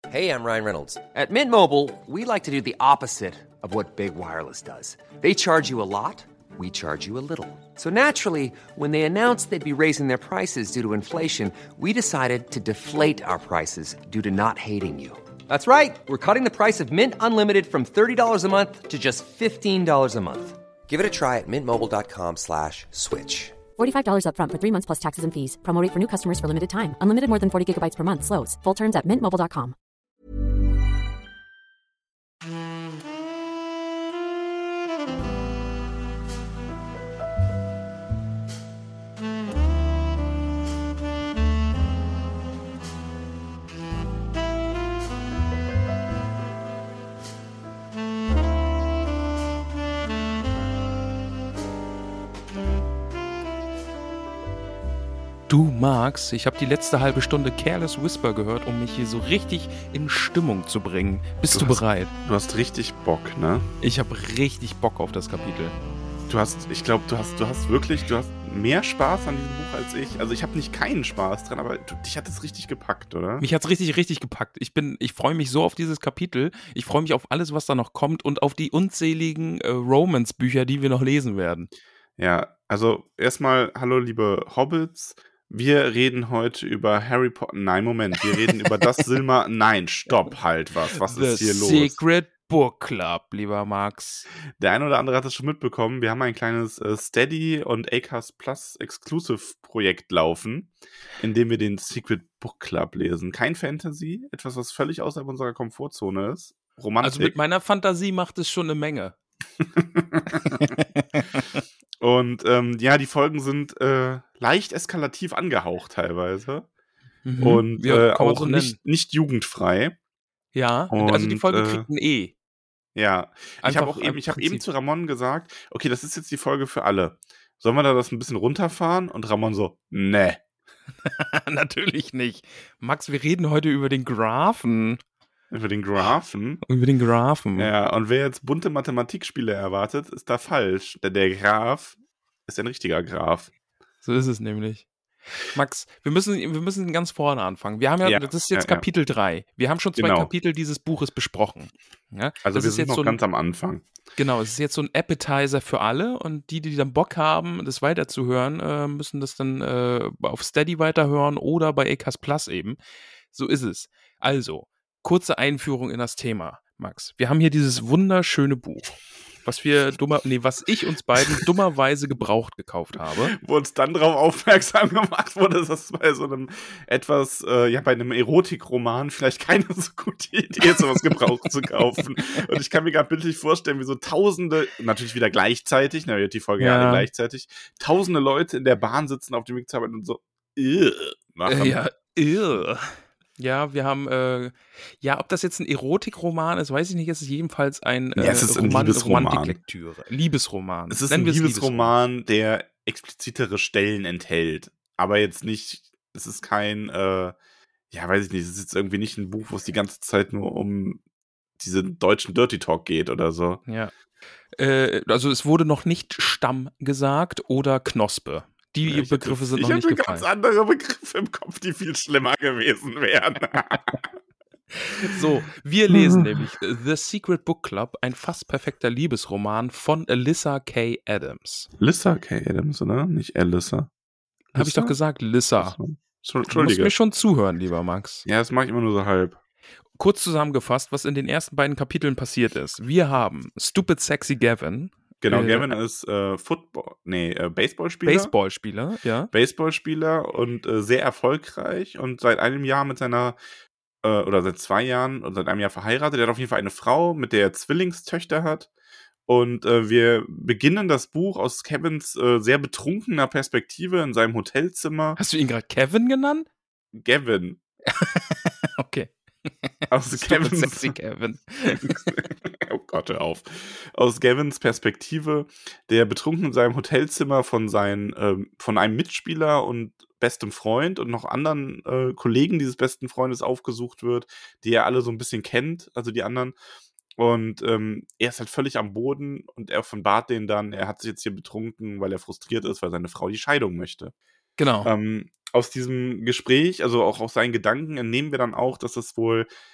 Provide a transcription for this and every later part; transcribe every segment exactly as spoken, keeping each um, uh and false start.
Hey, I'm Ryan Reynolds. At Mint Mobile, we like to do the opposite of what Big Wireless does. They charge you a lot, we charge you a little. So naturally, when they announced they'd be raising their prices due to inflation, we decided to deflate our prices due to not hating you. That's right. We're cutting the price of Mint Unlimited from thirty dollars a month to just fifteen dollars a month. Give it a try at mintmobile.com slash switch. forty-five dollars up front for three months plus taxes and fees. Promo rate for new customers for limited time. Unlimited more than forty gigabytes per month. Slows full terms at mint mobile dot com. Du Max, ich habe die letzte halbe Stunde Careless Whisper gehört, um mich hier so richtig in Stimmung zu bringen. Bist du, du hast, bereit? Du hast richtig Bock, ne? Ich habe richtig Bock auf das Kapitel. Du hast, ich glaube, du hast, du hast wirklich, du hast mehr Spaß an diesem Buch als ich. Also ich habe nicht keinen Spaß dran, aber du, dich hat es richtig gepackt, oder? Mich hat es richtig, richtig gepackt. Ich bin, ich freue mich so auf dieses Kapitel. Ich freue mich auf alles, was da noch kommt und auf die unzähligen äh, Romance-Bücher, die wir noch lesen werden. Ja, also erstmal, hallo liebe Hobbits. Wir reden heute über Harry Potter. Nein, Moment, wir reden über das Silmar. Nein, stopp, halt was. Was The ist hier los? Secret Book Club, lieber Max. Der eine oder andere hat es schon mitbekommen. Wir haben ein kleines äh, Steady und Acast Plus Exclusive Projekt laufen, in dem wir den Secret Book Club lesen. Kein Fantasy, etwas, was völlig außerhalb unserer Komfortzone ist. Romantik. Also mit meiner Fantasie macht es schon eine Menge. Und ähm, ja, die Folgen sind äh, leicht eskalativ angehaucht teilweise. Mhm. Und ja, äh, auch so nicht, nicht jugendfrei. Ja, und, also die Folge äh, kriegt ein E. Ja, Einfach ich habe auch eben, ich habe eben zu Ramon gesagt, okay, das ist jetzt die Folge für alle. Sollen wir da das ein bisschen runterfahren? Und Ramon so, ne. Natürlich nicht. Max, wir reden heute über den Graphen. Über den Graphen? Über den Graphen. Ja, und wer jetzt bunte Mathematikspiele erwartet, ist da falsch. Denn der Graph ist ein richtiger Graph. So ist es nämlich. Max, wir müssen, wir müssen ganz vorne anfangen. Wir haben ja, ja das ist jetzt ja, Kapitel drei. Wir haben schon zwei genau. Kapitel dieses Buches besprochen. Ja, also das wir ist sind jetzt noch so ein, ganz am Anfang. Genau, es ist jetzt so ein Appetizer für alle und die, die dann Bock haben, das weiterzuhören, äh, müssen das dann äh, auf Steady weiterhören oder bei Acast Plus eben. So ist es. Also, kurze Einführung in das Thema, Max. Wir haben hier dieses wunderschöne Buch, was wir dummer, nee, was ich uns beiden dummerweise gebraucht gekauft habe. Wo uns dann darauf aufmerksam gemacht wurde, dass das bei so einem etwas, äh, ja, bei einem Erotikroman vielleicht keine so gute Idee ist, sowas gebraucht zu kaufen. Und ich kann mir gerade bildlich vorstellen, wie so tausende, natürlich wieder gleichzeitig, na, wird die Folge ja alle gleichzeitig, tausende Leute in der Bahn sitzen auf dem Weg zur Arbeit und so, äh, machen. Äh, ja, äh. Ja, wir haben, äh, ja, ob das jetzt ein Erotikroman ist, weiß ich nicht, es ist jedenfalls ein, äh, ja, es ist ein Roman, Liebesroman. Romantiklektüre. Liebesroman. Es ist Nennen ein wir es Liebesroman, der explizitere Stellen enthält. Aber jetzt nicht, es ist kein, äh, ja, weiß ich nicht, es ist jetzt irgendwie nicht ein Buch, wo es die ganze Zeit nur um diesen deutschen Dirty Talk geht oder so. Ja. Äh, also es wurde noch nicht Stamm gesagt oder Knospe. Die ja, Begriffe sind noch nicht gefallen. Ich habe ganz andere Begriffe im Kopf, die viel schlimmer gewesen wären. So, wir lesen nämlich The Secret Book Club, ein fast perfekter Liebesroman von Alyssa K. Adams. Alyssa K. Adams, oder? Nicht Alyssa. Habe ich doch gesagt, Alyssa. So, du musst mir schon zuhören, lieber Max. Ja, das mache ich immer nur so halb. Kurz zusammengefasst, was in den ersten beiden Kapiteln passiert ist. Wir haben Stupid Sexy Gavin. Genau, äh, Gavin ist äh, Football, nee, äh, Baseballspieler. Baseballspieler, ja. Baseballspieler und äh, sehr erfolgreich und seit einem Jahr mit seiner, äh, oder seit zwei Jahren und seit einem Jahr verheiratet. Er hat auf jeden Fall eine Frau, mit der er Zwillingstöchter hat. Und äh, wir beginnen das Buch aus Kevins äh, sehr betrunkener Perspektive in seinem Hotelzimmer. Hast du ihn gerade Kevin genannt? Gavin. Okay. Aus Kevins Sexy Gavin. Oh Gott, hör auf. Aus Gavins Perspektive, der betrunken in seinem Hotelzimmer von seinen, ähm, von einem Mitspieler und bestem Freund und noch anderen äh, Kollegen dieses besten Freundes aufgesucht wird, die er alle so ein bisschen kennt, also die anderen. Und ähm, er ist halt völlig am Boden und er offenbart denen dann, er hat sich jetzt hier betrunken, weil er frustriert ist, weil seine Frau die Scheidung möchte. Genau. Ähm, aus diesem Gespräch, also auch aus seinen Gedanken, entnehmen wir dann auch, dass es wohl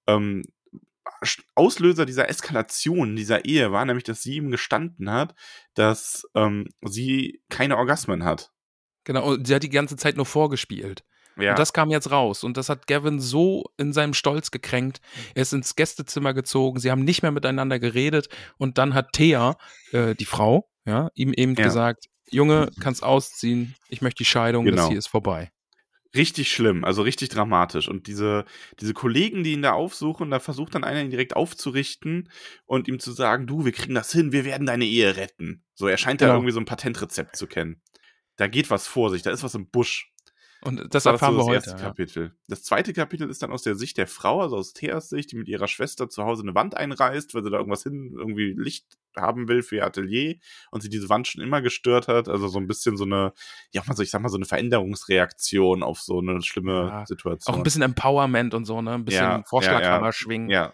ähm, Auslöser dieser Eskalation dieser Ehe war nämlich, dass sie ihm gestanden hat, dass ähm, sie keine Orgasmen hat. Genau, und sie hat die ganze Zeit nur vorgespielt. Ja. Und das kam jetzt raus. Und das hat Gavin so in seinem Stolz gekränkt. Er ist ins Gästezimmer gezogen. Sie haben nicht mehr miteinander geredet. Und dann hat Thea, äh, die Frau, ja, ihm eben Ja. gesagt, Junge, kannst ausziehen. Ich möchte die Scheidung. Genau. Das hier ist vorbei. Richtig schlimm, also richtig dramatisch. Und diese, diese Kollegen, die ihn da aufsuchen, da versucht dann einer, ihn direkt aufzurichten und ihm zu sagen, du, wir kriegen das hin, wir werden deine Ehe retten. So, er scheint Genau. da irgendwie so ein Patentrezept zu kennen. Da geht was vor sich, da ist was im Busch. Und das war erfahren so wir das heute. erste Ja. Kapitel. Das zweite Kapitel ist dann aus der Sicht der Frau, also aus Theas Sicht, die mit ihrer Schwester zu Hause eine Wand einreißt, weil sie da irgendwas hin, irgendwie Licht haben will für ihr Atelier und sie diese Wand schon immer gestört hat. Also so ein bisschen so eine, ja, mal so, ich sag mal, so eine Veränderungsreaktion auf so eine schlimme Ja, Situation. Auch ein bisschen Empowerment und so, ne? Ein bisschen Ja, Vorschlaghammer ja, ja. schwingen. Ja.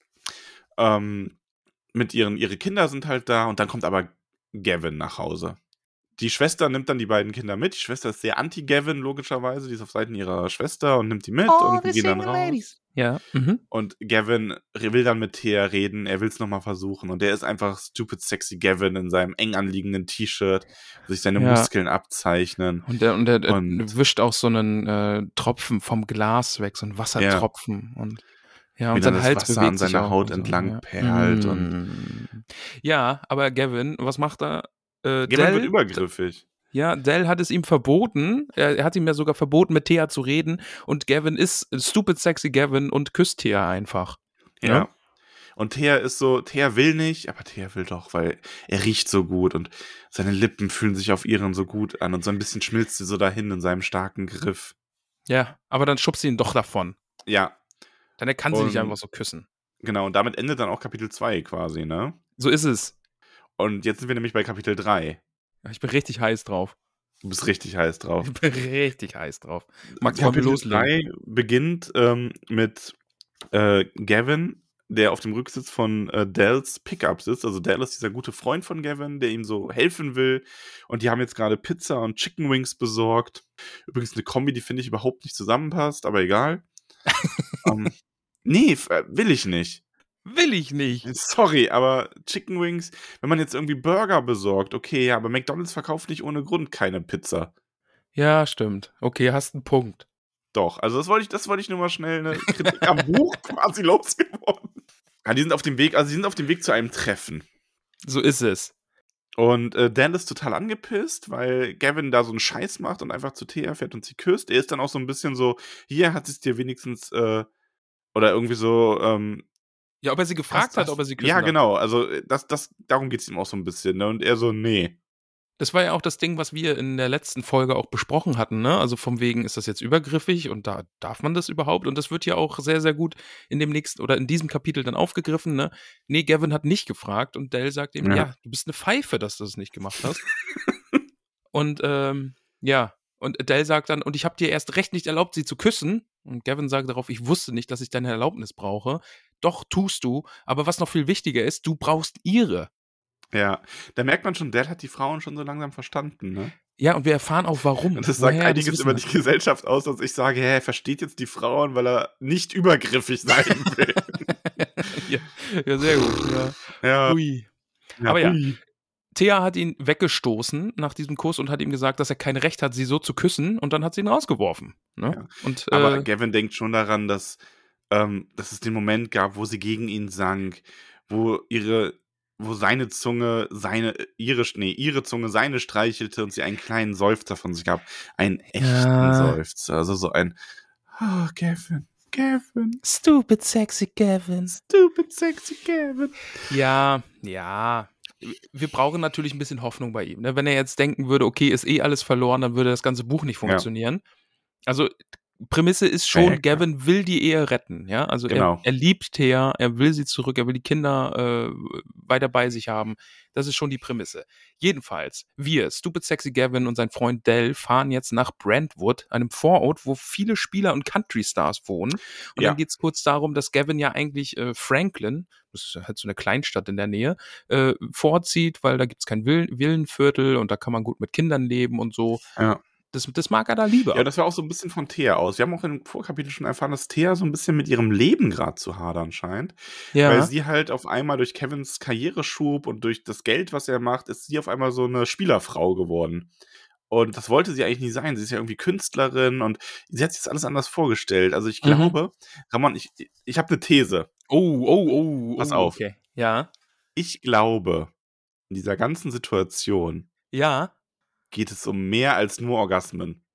Ähm, mit ihren, ihre Kinder sind halt da und dann kommt aber Gavin nach Hause. Die Schwester nimmt dann die beiden Kinder mit. Die Schwester ist sehr anti-Gavin, logischerweise. Die ist auf Seiten ihrer Schwester und nimmt die mit und die gehen dann raus. Ja. Mhm. Und Gavin will dann mit Thea reden. Er will es nochmal versuchen. Und der ist einfach stupid sexy Gavin in seinem eng anliegenden T-Shirt, wo sich seine Ja. Muskeln abzeichnen. Und er, und er, er Und- wischt auch so einen äh, Tropfen vom Glas weg, so einen Wassertropfen. Und ja, und Wie dann sein das Hals Wasser bewegt an sich seiner auch Haut und so, entlang ja. perlt und- Mm. Ja, aber Gavin, was macht er? Äh, Gavin Del, wird übergriffig. Ja, Del hat es ihm verboten. Er, er hat ihm ja sogar verboten, mit Thea zu reden. Und Gavin ist stupid sexy Gavin und küsst Thea einfach. Ja. Ja. Und Thea ist so, Thea will nicht, aber Thea will doch, weil er riecht so gut und seine Lippen fühlen sich auf ihren so gut an und so ein bisschen schmilzt sie so dahin in seinem starken Griff. Ja, aber dann schubst sie ihn doch davon. Ja, Denn er kann sie nicht Und- einfach so küssen. genau. Und damit endet dann auch Kapitel zwei quasi, ne? So ist es. Und jetzt sind wir nämlich bei Kapitel drei. Ich bin richtig heiß drauf. Du bist richtig heiß drauf. Ich bin richtig heiß drauf. Max, wollen wir Kapitel loslegen? drei beginnt ähm, mit äh, Gavin, der auf dem Rücksitz von äh, Dells Pickup sitzt. Also Del ist dieser gute Freund von Gavin, der ihm so helfen will. Und die haben jetzt gerade Pizza und Chicken Wings besorgt. Übrigens eine Kombi, die finde ich überhaupt nicht zusammenpasst, aber egal. ähm, nee, f- äh, will ich nicht. Will ich nicht. Sorry, aber Chicken Wings, wenn man jetzt irgendwie Burger besorgt, okay, ja, aber McDonald's verkauft nicht ohne Grund keine Pizza. Ja, stimmt. Okay, hast einen Punkt. Doch, also das wollte ich, das wollte ich nur mal schnell eine Kritik am Buch quasi losgeworden. Ja, die sind auf dem Weg, also die sind auf dem Weg zu einem Treffen. So ist es. Und äh, Dan ist total angepisst, weil Gavin da so einen Scheiß macht und einfach zu Thea fährt und sie küsst. Er ist dann auch so ein bisschen so, hier hat sie es dir wenigstens, äh, oder irgendwie so, ähm, Ja, ob er sie gefragt das- hat, das- ob er sie küssen Ja, darf. genau, also äh, das, das, darum geht es ihm auch so ein bisschen, ne? Und er so, nee. Das war ja auch das Ding, was wir in der letzten Folge auch besprochen hatten, ne? Also vom wegen, ist das jetzt übergriffig und da darf man das überhaupt? Und das wird ja auch sehr, sehr gut in dem nächsten oder in diesem Kapitel dann aufgegriffen, ne? Nee, Gavin hat nicht gefragt und Del sagt ihm, Ja. ja, du bist eine Pfeife, dass du das nicht gemacht hast. Und ähm, ja, und Del sagt dann, und ich habe dir erst recht nicht erlaubt, sie zu küssen. Und Gavin sagt darauf, ich wusste nicht, dass ich deine Erlaubnis brauche. Doch, tust du. Aber was noch viel wichtiger ist, du brauchst ihre. Ja, da merkt man schon, Dad hat die Frauen schon so langsam verstanden, ne? Ja, und wir erfahren auch, warum. Und das sagt Woher einiges wissen über wir. die Gesellschaft aus, dass ich sage, hä, er versteht jetzt die Frauen, weil er nicht übergriffig sein will. ja, ja, sehr gut. Ja. ja, Ui. ja, Aber ja. ui. Thea hat ihn weggestoßen nach diesem Kuss und hat ihm gesagt, dass er kein Recht hat, sie so zu küssen. Und dann hat sie ihn rausgeworfen. Ne? Ja. Und, Aber äh, Gavin denkt schon daran, dass, ähm, dass es den Moment gab, wo sie gegen ihn sank, wo ihre, wo seine Zunge seine, ihre, nee, ihre Zunge seine streichelte und sie einen kleinen Seufzer von sich gab. Einen echten Ja. Seufzer. Also so ein, oh, Gavin, Gavin, Stupid sexy Gavin. stupid sexy Gavin. Ja, ja. Wir brauchen natürlich ein bisschen Hoffnung bei ihm. Ne? Wenn er jetzt denken würde, okay, ist eh alles verloren, dann würde das ganze Buch nicht funktionieren. Also Prämisse ist schon, Ja, ja, klar. Gavin will die Ehe retten. Ja, also Genau. er, er liebt Thea, er will sie zurück, er will die Kinder äh, weiter bei sich haben. Das ist schon die Prämisse. Jedenfalls, wir, Stupid Sexy Gavin und sein Freund Del, fahren jetzt nach Brentwood, einem Vorort, wo viele Spieler und Country-Stars wohnen. Und Ja. dann geht es kurz darum, dass Gavin ja eigentlich äh, Franklin, das ist halt so eine Kleinstadt in der Nähe, äh, vorzieht, weil da gibt es kein Villen- Villenviertel und da kann man gut mit Kindern leben und so. Ja. Das, das mag er da lieber. Ja, das war auch so ein bisschen von Thea aus. Wir haben auch im Vorkapitel schon erfahren, dass Thea so ein bisschen mit ihrem Leben gerade zu hadern scheint. Ja. Weil sie halt auf einmal durch Kevins Karriereschub und durch das Geld, was er macht, ist sie auf einmal so eine Spielerfrau geworden. Und das wollte sie eigentlich nie sein. Sie ist ja irgendwie Künstlerin und sie hat sich das alles anders vorgestellt. Also ich Mhm. glaube, Ramon, ich, ich habe eine These. Oh, oh, oh. Pass oh, auf. Okay. Ja. Ich glaube, in dieser ganzen Situation Ja. geht es um mehr als nur Orgasmen.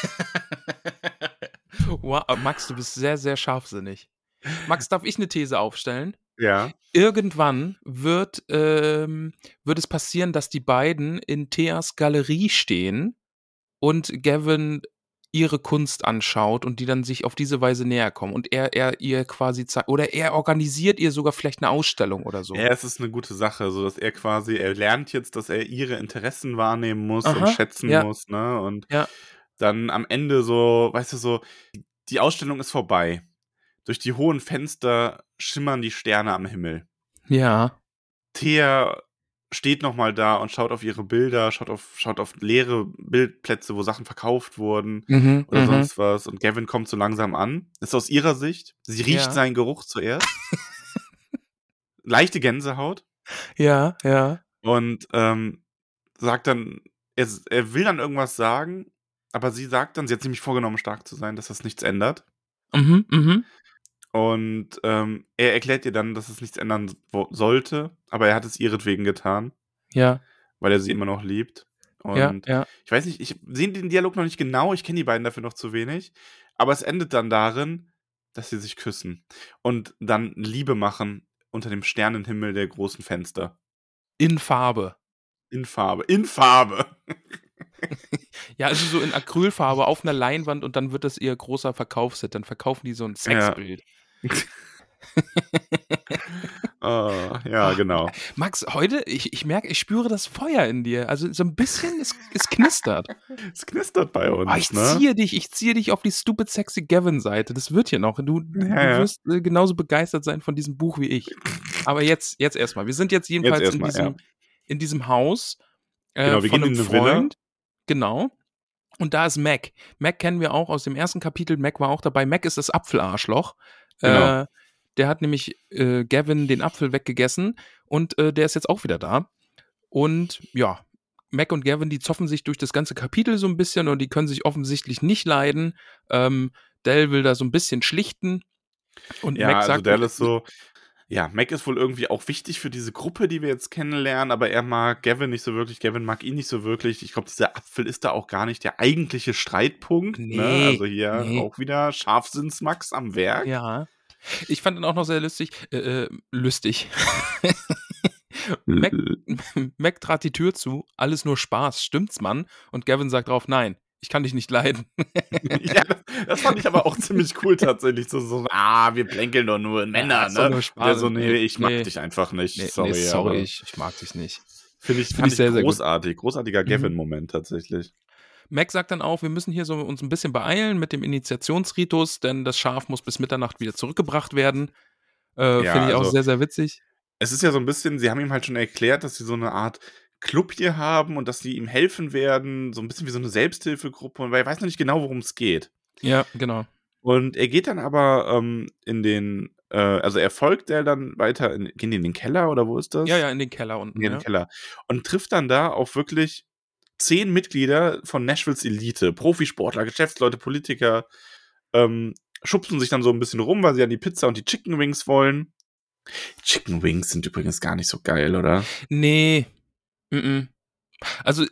Wow, Max, du bist sehr, sehr scharfsinnig. Max, darf ich eine These aufstellen? Ja. Irgendwann wird, ähm, wird es passieren, dass die beiden in Theas Galerie stehen und Gavin ihre Kunst anschaut und die dann sich auf diese Weise näher kommen und er, er ihr quasi zeigt, oder er organisiert ihr sogar vielleicht eine Ausstellung oder so. Ja, es ist eine gute Sache, so dass er quasi, er lernt jetzt, dass er ihre Interessen wahrnehmen muss Aha, und schätzen ja. muss, ne? Und Ja. dann am Ende so, weißt du, so, die Ausstellung ist vorbei. Durch die hohen Fenster schimmern die Sterne am Himmel. Ja. Thea steht nochmal da und schaut auf ihre Bilder, schaut auf, schaut auf leere Bildplätze, wo Sachen verkauft wurden Mhm, oder mhm. sonst was. Und Gavin kommt so langsam an. Das ist aus ihrer Sicht. Sie riecht Ja. seinen Geruch zuerst. Leichte Gänsehaut. Ja, ja. Und ähm, sagt dann, er, er will dann irgendwas sagen, aber sie sagt dann, sie hat sich nämlich vorgenommen, stark zu sein, dass das nichts ändert. Mhm, mhm. Und ähm, er erklärt ihr dann, dass es nichts ändern wo- sollte, aber er hat es ihretwegen getan, Ja, weil er sie immer noch liebt. ja, Und ja. ich weiß nicht, ich sehe den Dialog noch nicht genau, ich kenne die beiden dafür noch zu wenig, aber es endet dann darin, dass sie sich küssen und dann Liebe machen unter dem Sternenhimmel der großen Fenster. In Farbe. In Farbe. In Farbe. Ja, also so in Acrylfarbe auf einer Leinwand und dann wird das ihr großer Verkaufsset. Dann verkaufen die so ein Sexbild. Ah, ja, Ah, genau. Max, heute, ich, ich merke, ich spüre das Feuer in dir. Also so ein bisschen, es, es knistert. Es knistert bei uns, Oh, ich ne? ziehe dich, ich ziehe dich auf die stupid sexy Gavin-Seite. Das wird hier noch. Du, du Ja, ja. wirst äh, genauso begeistert sein von diesem Buch wie ich. Aber jetzt, jetzt erstmal. Wir sind jetzt jedenfalls Jetzt in, erstmal, diesem, in diesem Haus äh, Genau, wir von gehen einem in eine Villa. Freund. Genau. Und da ist Mac. Mac kennen wir auch aus dem ersten Kapitel. Mac war auch dabei. Mac ist das Apfelarschloch. Genau. Äh, der hat nämlich äh, Gavin den Apfel weggegessen und äh, der ist jetzt auch wieder da. Und ja, Mac und Gavin, die zoffen sich durch das ganze Kapitel so ein bisschen und die können sich offensichtlich nicht leiden. Ähm, Del will da so ein bisschen schlichten. Und Ja, Mac also sagt, Del ist so, ja, Mac ist wohl irgendwie auch wichtig für diese Gruppe, die wir jetzt kennenlernen, aber er mag Gavin nicht so wirklich, Gavin mag ihn nicht so wirklich. Ich glaube, dieser Apfel ist da auch gar nicht der eigentliche Streitpunkt, ne? Nee, Also hier nee. auch wieder Scharfsinns-Max am Werk. ja. Ich fand ihn auch noch sehr lustig. Äh, äh, lustig. Mac, Mac trat die Tür zu. Alles nur Spaß. Stimmt's, Mann? Und Gavin sagt drauf, nein, ich kann dich nicht leiden. Ja, das, das fand ich aber auch ziemlich cool tatsächlich. So, so ah, wir plänkeln doch nur Männer, Ja, ist doch ne? nur Und Spaß. der so, nee, ich mag Nee. dich einfach nicht. Nee, sorry, nee, sorry, aber ich, ich mag dich nicht. finde ich, Find fand ich sehr, ich sehr gut. großartig. Großartiger Mhm. Gavin-Moment tatsächlich. Mac sagt dann auch, wir müssen hier so uns ein bisschen beeilen mit dem Initiationsritus, denn das Schaf muss bis Mitternacht wieder zurückgebracht werden. Äh, Ja, Finde ich auch also- sehr, sehr witzig. Es ist ja so ein bisschen, sie haben ihm halt schon erklärt, dass sie so eine Art Club hier haben und dass sie ihm helfen werden, so ein bisschen wie so eine Selbsthilfegruppe, und weil er weiß noch nicht genau, worum es geht. Ja, genau. Und er geht dann aber ähm, in den, äh, also er folgt der dann weiter, in, gehen die in den Keller oder wo ist das? Ja, ja, in den Keller unten. In den Ja. Keller. Und trifft dann da auf wirklich zehn Mitglieder von Nashvilles Elite, Profisportler, Geschäftsleute, Politiker, ähm, schubsen sich dann so ein bisschen rum, weil sie an die Pizza und die Chicken Wings wollen. Chicken Wings sind übrigens gar nicht so geil, oder? Nee. Mm-mm. Also,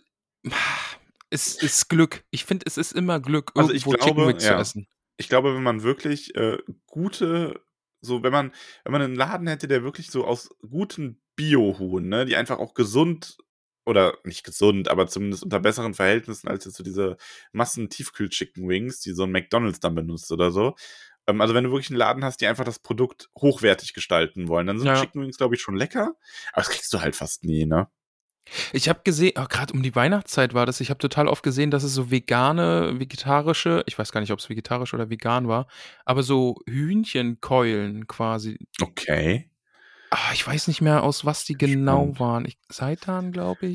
es ist Glück. Ich finde, es ist immer Glück, Also ich irgendwo Chicken glaube, Wings zu ja. essen. Ich glaube, wenn man wirklich äh, gute, so wenn man, wenn man einen Laden hätte, der wirklich so aus guten Bio-Huhn, ne, die einfach auch gesund oder nicht gesund, aber zumindest unter besseren Verhältnissen als jetzt so diese Massen-Tiefkühl-Chicken-Wings, die so ein McDonald's dann benutzt oder so. Ähm, also wenn du wirklich einen Laden hast, die einfach das Produkt hochwertig gestalten wollen, dann sind Ja. Chicken Wings, glaube ich, schon lecker, aber das kriegst du halt fast nie, ne? Ich habe gesehen, oh, gerade um die Weihnachtszeit war das, ich habe total oft gesehen, dass es so vegane, vegetarische, ich weiß gar nicht, ob es vegetarisch oder vegan war, aber so Hühnchenkeulen quasi. Okay. Ah, ich weiß nicht mehr, aus was die genau Spannend. waren. Ich, Seitan, glaube ich.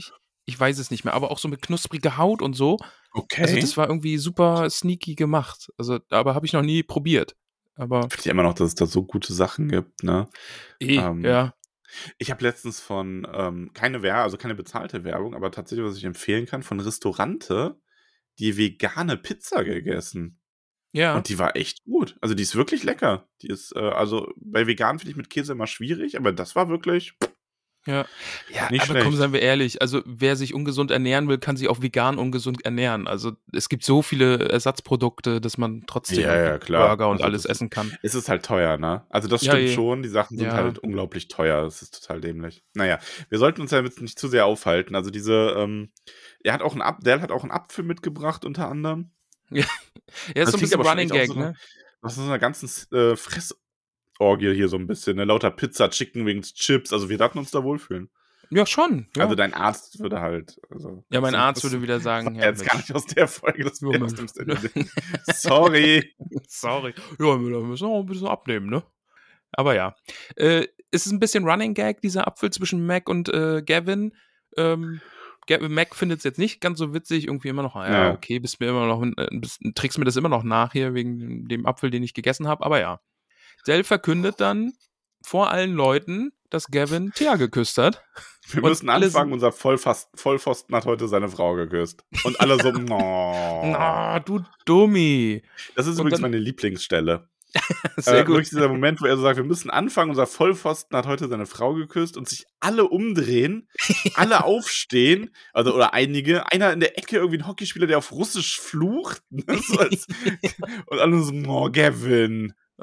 ich weiß es nicht mehr, aber auch so mit knuspriger Haut und so. Okay. Also das war irgendwie super sneaky gemacht. Also, aber habe ich noch nie probiert. Aber Ich finde ja immer noch, dass es da so gute Sachen gibt, ne? eh, Ähm, ja. Ich habe letztens von, ähm, keine Werbung, also keine bezahlte Werbung, aber tatsächlich, was ich empfehlen kann, von Restaurante, die vegane Pizza gegessen. Ja. Und die war echt gut. Also die ist wirklich lecker. Die ist, äh, also bei vegan finde ich mit Käse immer schwierig, aber das war wirklich Ja, ja, nicht aber schlecht. komm, seien wir ehrlich, also wer sich ungesund ernähren will, kann sich auch vegan ungesund ernähren. Also es gibt so viele Ersatzprodukte, dass man trotzdem Ja, ja, klar. Burger und Also alles das essen kann. Es ist halt teuer, ne? Also das Ja, stimmt eh. schon, die Sachen sind Ja. halt unglaublich teuer. Das ist total dämlich. Naja, wir sollten uns ja jetzt nicht zu sehr aufhalten. Also diese, ähm, er hat auch einen Ap Dell hat auch einen Apfel mitgebracht, unter anderem. Ja, ja ist so ein klingt bisschen aber schon Running echt auch Gag, so 'ne ne? nach so einer ganzen äh, Fressorgie hier so ein bisschen, ne? Lauter Pizza, Chicken Wings, Chips. Also wir dachten uns da wohlfühlen. Ja, schon. Ja, Also dein Arzt würde halt, also ja mein das- Arzt das würde wieder war sagen, ja, jetzt gar Mensch. nicht aus der Folge, das Ja, wäre aus Mensch. dem Stand. Sorry. Sorry. Ja, wir müssen auch ein bisschen abnehmen, ne? Aber ja. Äh, es ist ein bisschen Running Gag, dieser Apfel zwischen Mac und äh, Gavin. Ähm, Gavin Mac findet es jetzt nicht ganz so witzig, irgendwie immer noch, ah, ja, Ja. okay, bist mir immer noch, äh, bist, trägst mir das immer noch nach hier, wegen dem Apfel, den ich gegessen habe, aber ja. Dell verkündet dann vor allen Leuten, dass Gavin Thea geküsst hat. Wir Und müssen alle anfangen, sind- unser Vollfast, Vollpfosten hat heute seine Frau geküsst. Und alle so, oh. Na, du Dummi. Das ist Und übrigens dann- meine Lieblingsstelle. Sehr äh, gut. Wirklich dieser Moment, wo er so sagt, wir müssen anfangen, unser Vollpfosten hat heute seine Frau geküsst und sich alle umdrehen, alle aufstehen, also oder einige, einer in der Ecke irgendwie ein Hockeyspieler, der auf Russisch flucht, ne, so als, und alle so, oh, Gavin. Oh,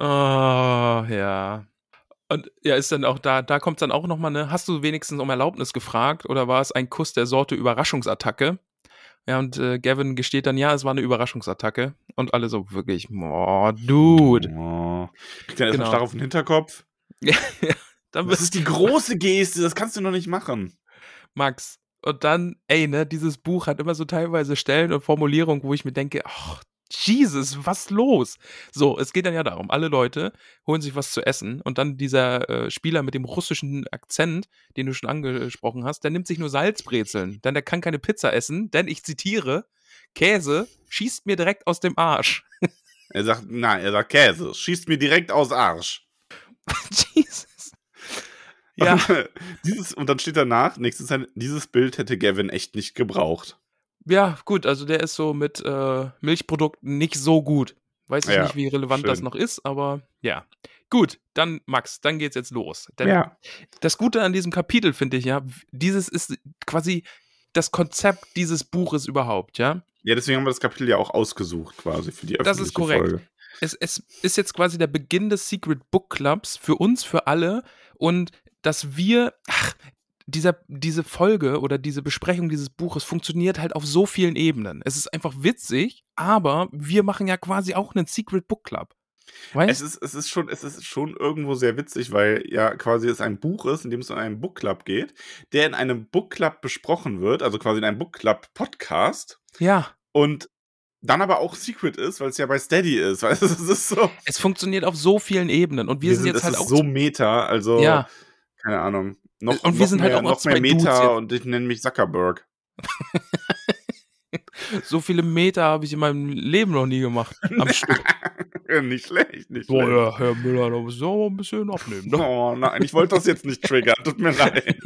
ja. Und ja, ist dann auch da, da kommt dann auch nochmal, ne, hast du wenigstens um Erlaubnis gefragt oder war es ein Kuss der Sorte Überraschungsattacke? Ja, und äh, Gavin gesteht dann, ja, es war eine Überraschungsattacke. Und alle so wirklich, oh, Dude. Oh. Kriegt dann erstmal Genau. Schlag auf den Hinterkopf. Ja, dann Das wird ist die große Geste, das kannst du noch nicht machen. Max. Und dann, ey, ne, dieses Buch hat immer so teilweise Stellen und Formulierungen, wo ich mir denke, ach, Jesus, was los? So, es geht dann ja darum, alle Leute holen sich was zu essen und dann dieser äh, Spieler mit dem russischen Akzent, den du schon angesprochen hast, der nimmt sich nur Salzbrezeln, denn der kann keine Pizza essen, denn ich zitiere, Käse schießt mir direkt aus dem Arsch. Er sagt, nein, er sagt Käse, schießt mir direkt aus Arsch. Jesus. Ja, Und, dieses, und dann steht danach, nächstes Zeit, dieses Bild hätte Gavin echt nicht gebraucht. ja, gut, also der ist so mit äh, Milchprodukten nicht so gut. Weiß ich Ja, nicht, wie relevant schön. das noch ist, aber ja. Gut, dann Max, dann geht's jetzt los. Denn Ja. das Gute an diesem Kapitel finde ich ja, dieses ist quasi das Konzept dieses Buches überhaupt, ja. Ja, deswegen haben wir das Kapitel ja auch ausgesucht, quasi, für die öffentliche Das ist korrekt. Folge. Es, es ist jetzt quasi der Beginn des Secret Book Clubs für uns, für alle und dass wir, ach, dieser, diese Folge oder diese Besprechung dieses Buches funktioniert halt auf so vielen Ebenen. Es ist einfach witzig, aber wir machen ja quasi auch einen Secret Book Club. Weißt? Es ist, es, ist schon, es ist schon irgendwo sehr witzig, weil ja quasi es ein Buch ist, in dem es um einen Book Club geht, der in einem Book Club besprochen wird, also quasi in einem Book Club Podcast Ja. und dann aber auch Secret ist, weil es ja bei Steady ist. Weißt du, es ist so. Es funktioniert auf so vielen Ebenen und wir, sind jetzt es halt ist auch so meta, also ja. keine Ahnung. Noch, Und wir noch sind halt mehr, auch noch noch mehr zwei Dudes Meta jetzt. und ich nenne mich Zuckerberg. So viele Meter habe ich in meinem Leben noch nie gemacht. Am Stück. Nicht schlecht, nicht So, schlecht. ja, Herr Müller, da müssen wir auch ein bisschen abnehmen, ne? Oh nein, ich wollte das jetzt nicht triggern, tut mir leid.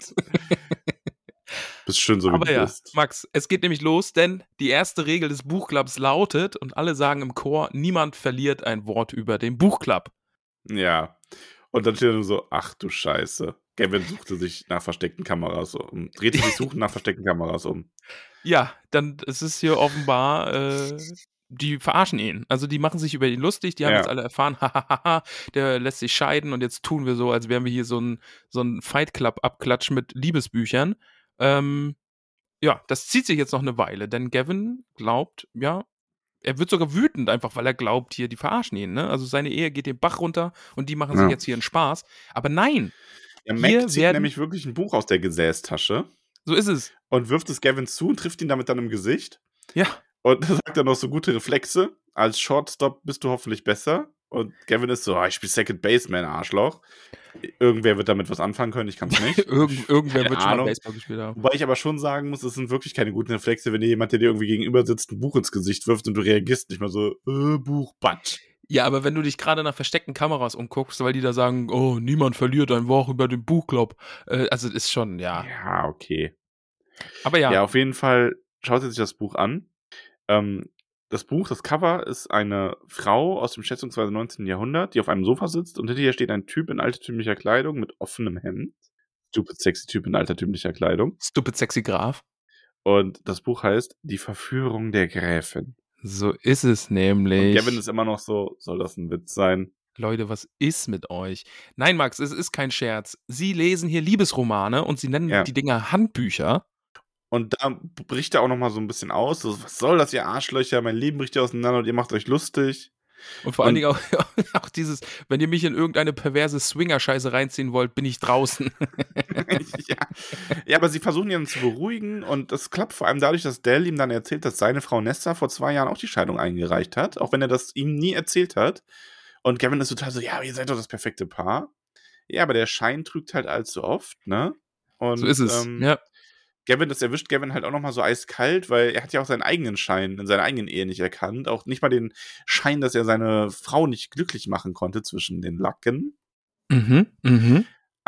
Bist schön so, wie Aber du ja, bist. Max, es geht nämlich los, denn die erste Regel des Buchclubs lautet, und alle sagen im Chor, niemand verliert ein Wort über den Buchclub. Ja. Und dann steht er nur so, ach du Scheiße. Gavin suchte sich nach versteckten Kameras um. Drehte sich suchen nach versteckten Kameras um. Ja, dann es ist hier offenbar, äh, die verarschen ihn. Also die machen sich über ihn lustig, die haben Ja. jetzt alle erfahren, hahaha, der lässt sich scheiden und jetzt tun wir so, als wären wir hier so ein, so ein Fight Club-Abklatsch mit Liebesbüchern. Ähm, ja, das zieht sich jetzt noch eine Weile, denn Gavin glaubt, ja, er wird sogar wütend, einfach weil er glaubt, hier, die verarschen ihn, ne? Also seine Ehe geht den Bach runter und die machen sich Ja. jetzt hier einen Spaß. Aber nein, Ja, Hier Mac zieht werden- nämlich wirklich ein Buch aus der Gesäßtasche so ist es. und wirft es Gavin zu und trifft ihn damit dann im Gesicht. Ja, Und da sagt er noch so gute Reflexe. Als Shortstop bist du hoffentlich besser. Und Gavin ist so, ah, ich spiele Second Baseman, Arschloch. Irgendwer wird damit was anfangen können, ich kann es nicht. Irgend, irgendwer Keine wird schon mal Ahnung. Baseball gespielt haben. Wobei ich aber schon sagen muss, es sind wirklich keine guten Reflexe, wenn dir jemand, der dir irgendwie gegenüber sitzt, ein Buch ins Gesicht wirft und du reagierst nicht mal so, äh, Buch, Batsch. Ja, aber wenn du dich gerade nach versteckten Kameras umguckst, weil die da sagen, oh, niemand verliert ein Wort über den Buchclub. Äh, also ist schon, ja. Ja, okay. Aber ja. Ja, auf jeden Fall schaut sie sich das Buch an. Ähm, das Buch, das Cover ist eine Frau aus dem schätzungsweise neunzehnten Jahrhundert, die auf einem Sofa sitzt und hinter ihr steht ein Typ in altertümlicher Kleidung mit offenem Hemd. Stupid sexy Typ in altertümlicher Kleidung. Stupid sexy Graf. Und das Buch heißt Die Verführung der Gräfin. So ist es nämlich. Und Gavin ist immer noch so, soll das ein Witz sein? Leute, was ist mit euch? Nein, Max, es ist kein Scherz. Sie lesen hier Liebesromane und sie nennen Ja. die Dinger Handbücher. Und da bricht er auch noch mal so ein bisschen aus. So, was soll das, ihr Arschlöcher? Mein Leben bricht ja auseinander und ihr macht euch lustig. Und vor allen Und- Dingen auch, auch dieses, wenn ihr mich in irgendeine perverse Swinger-Scheiße reinziehen wollt, bin ich draußen. ja. ja, aber sie versuchen ihn zu beruhigen und das klappt vor allem dadurch, dass Dell ihm dann erzählt, dass seine Frau Nesta vor zwei Jahren auch die Scheidung eingereicht hat, auch wenn er das ihm nie erzählt hat. Und Gavin ist total so, ja, ihr seid doch das perfekte Paar. Ja, aber der Schein trügt halt allzu oft, ne? Und, So ist es. Ähm, Ja. Gavin, das erwischt Gavin halt auch nochmal so eiskalt, weil er hat ja auch seinen eigenen Schein in seiner eigenen Ehe nicht erkannt. Auch nicht mal den Schein, dass er seine Frau nicht glücklich machen konnte zwischen den Lacken. Mhm, mhm.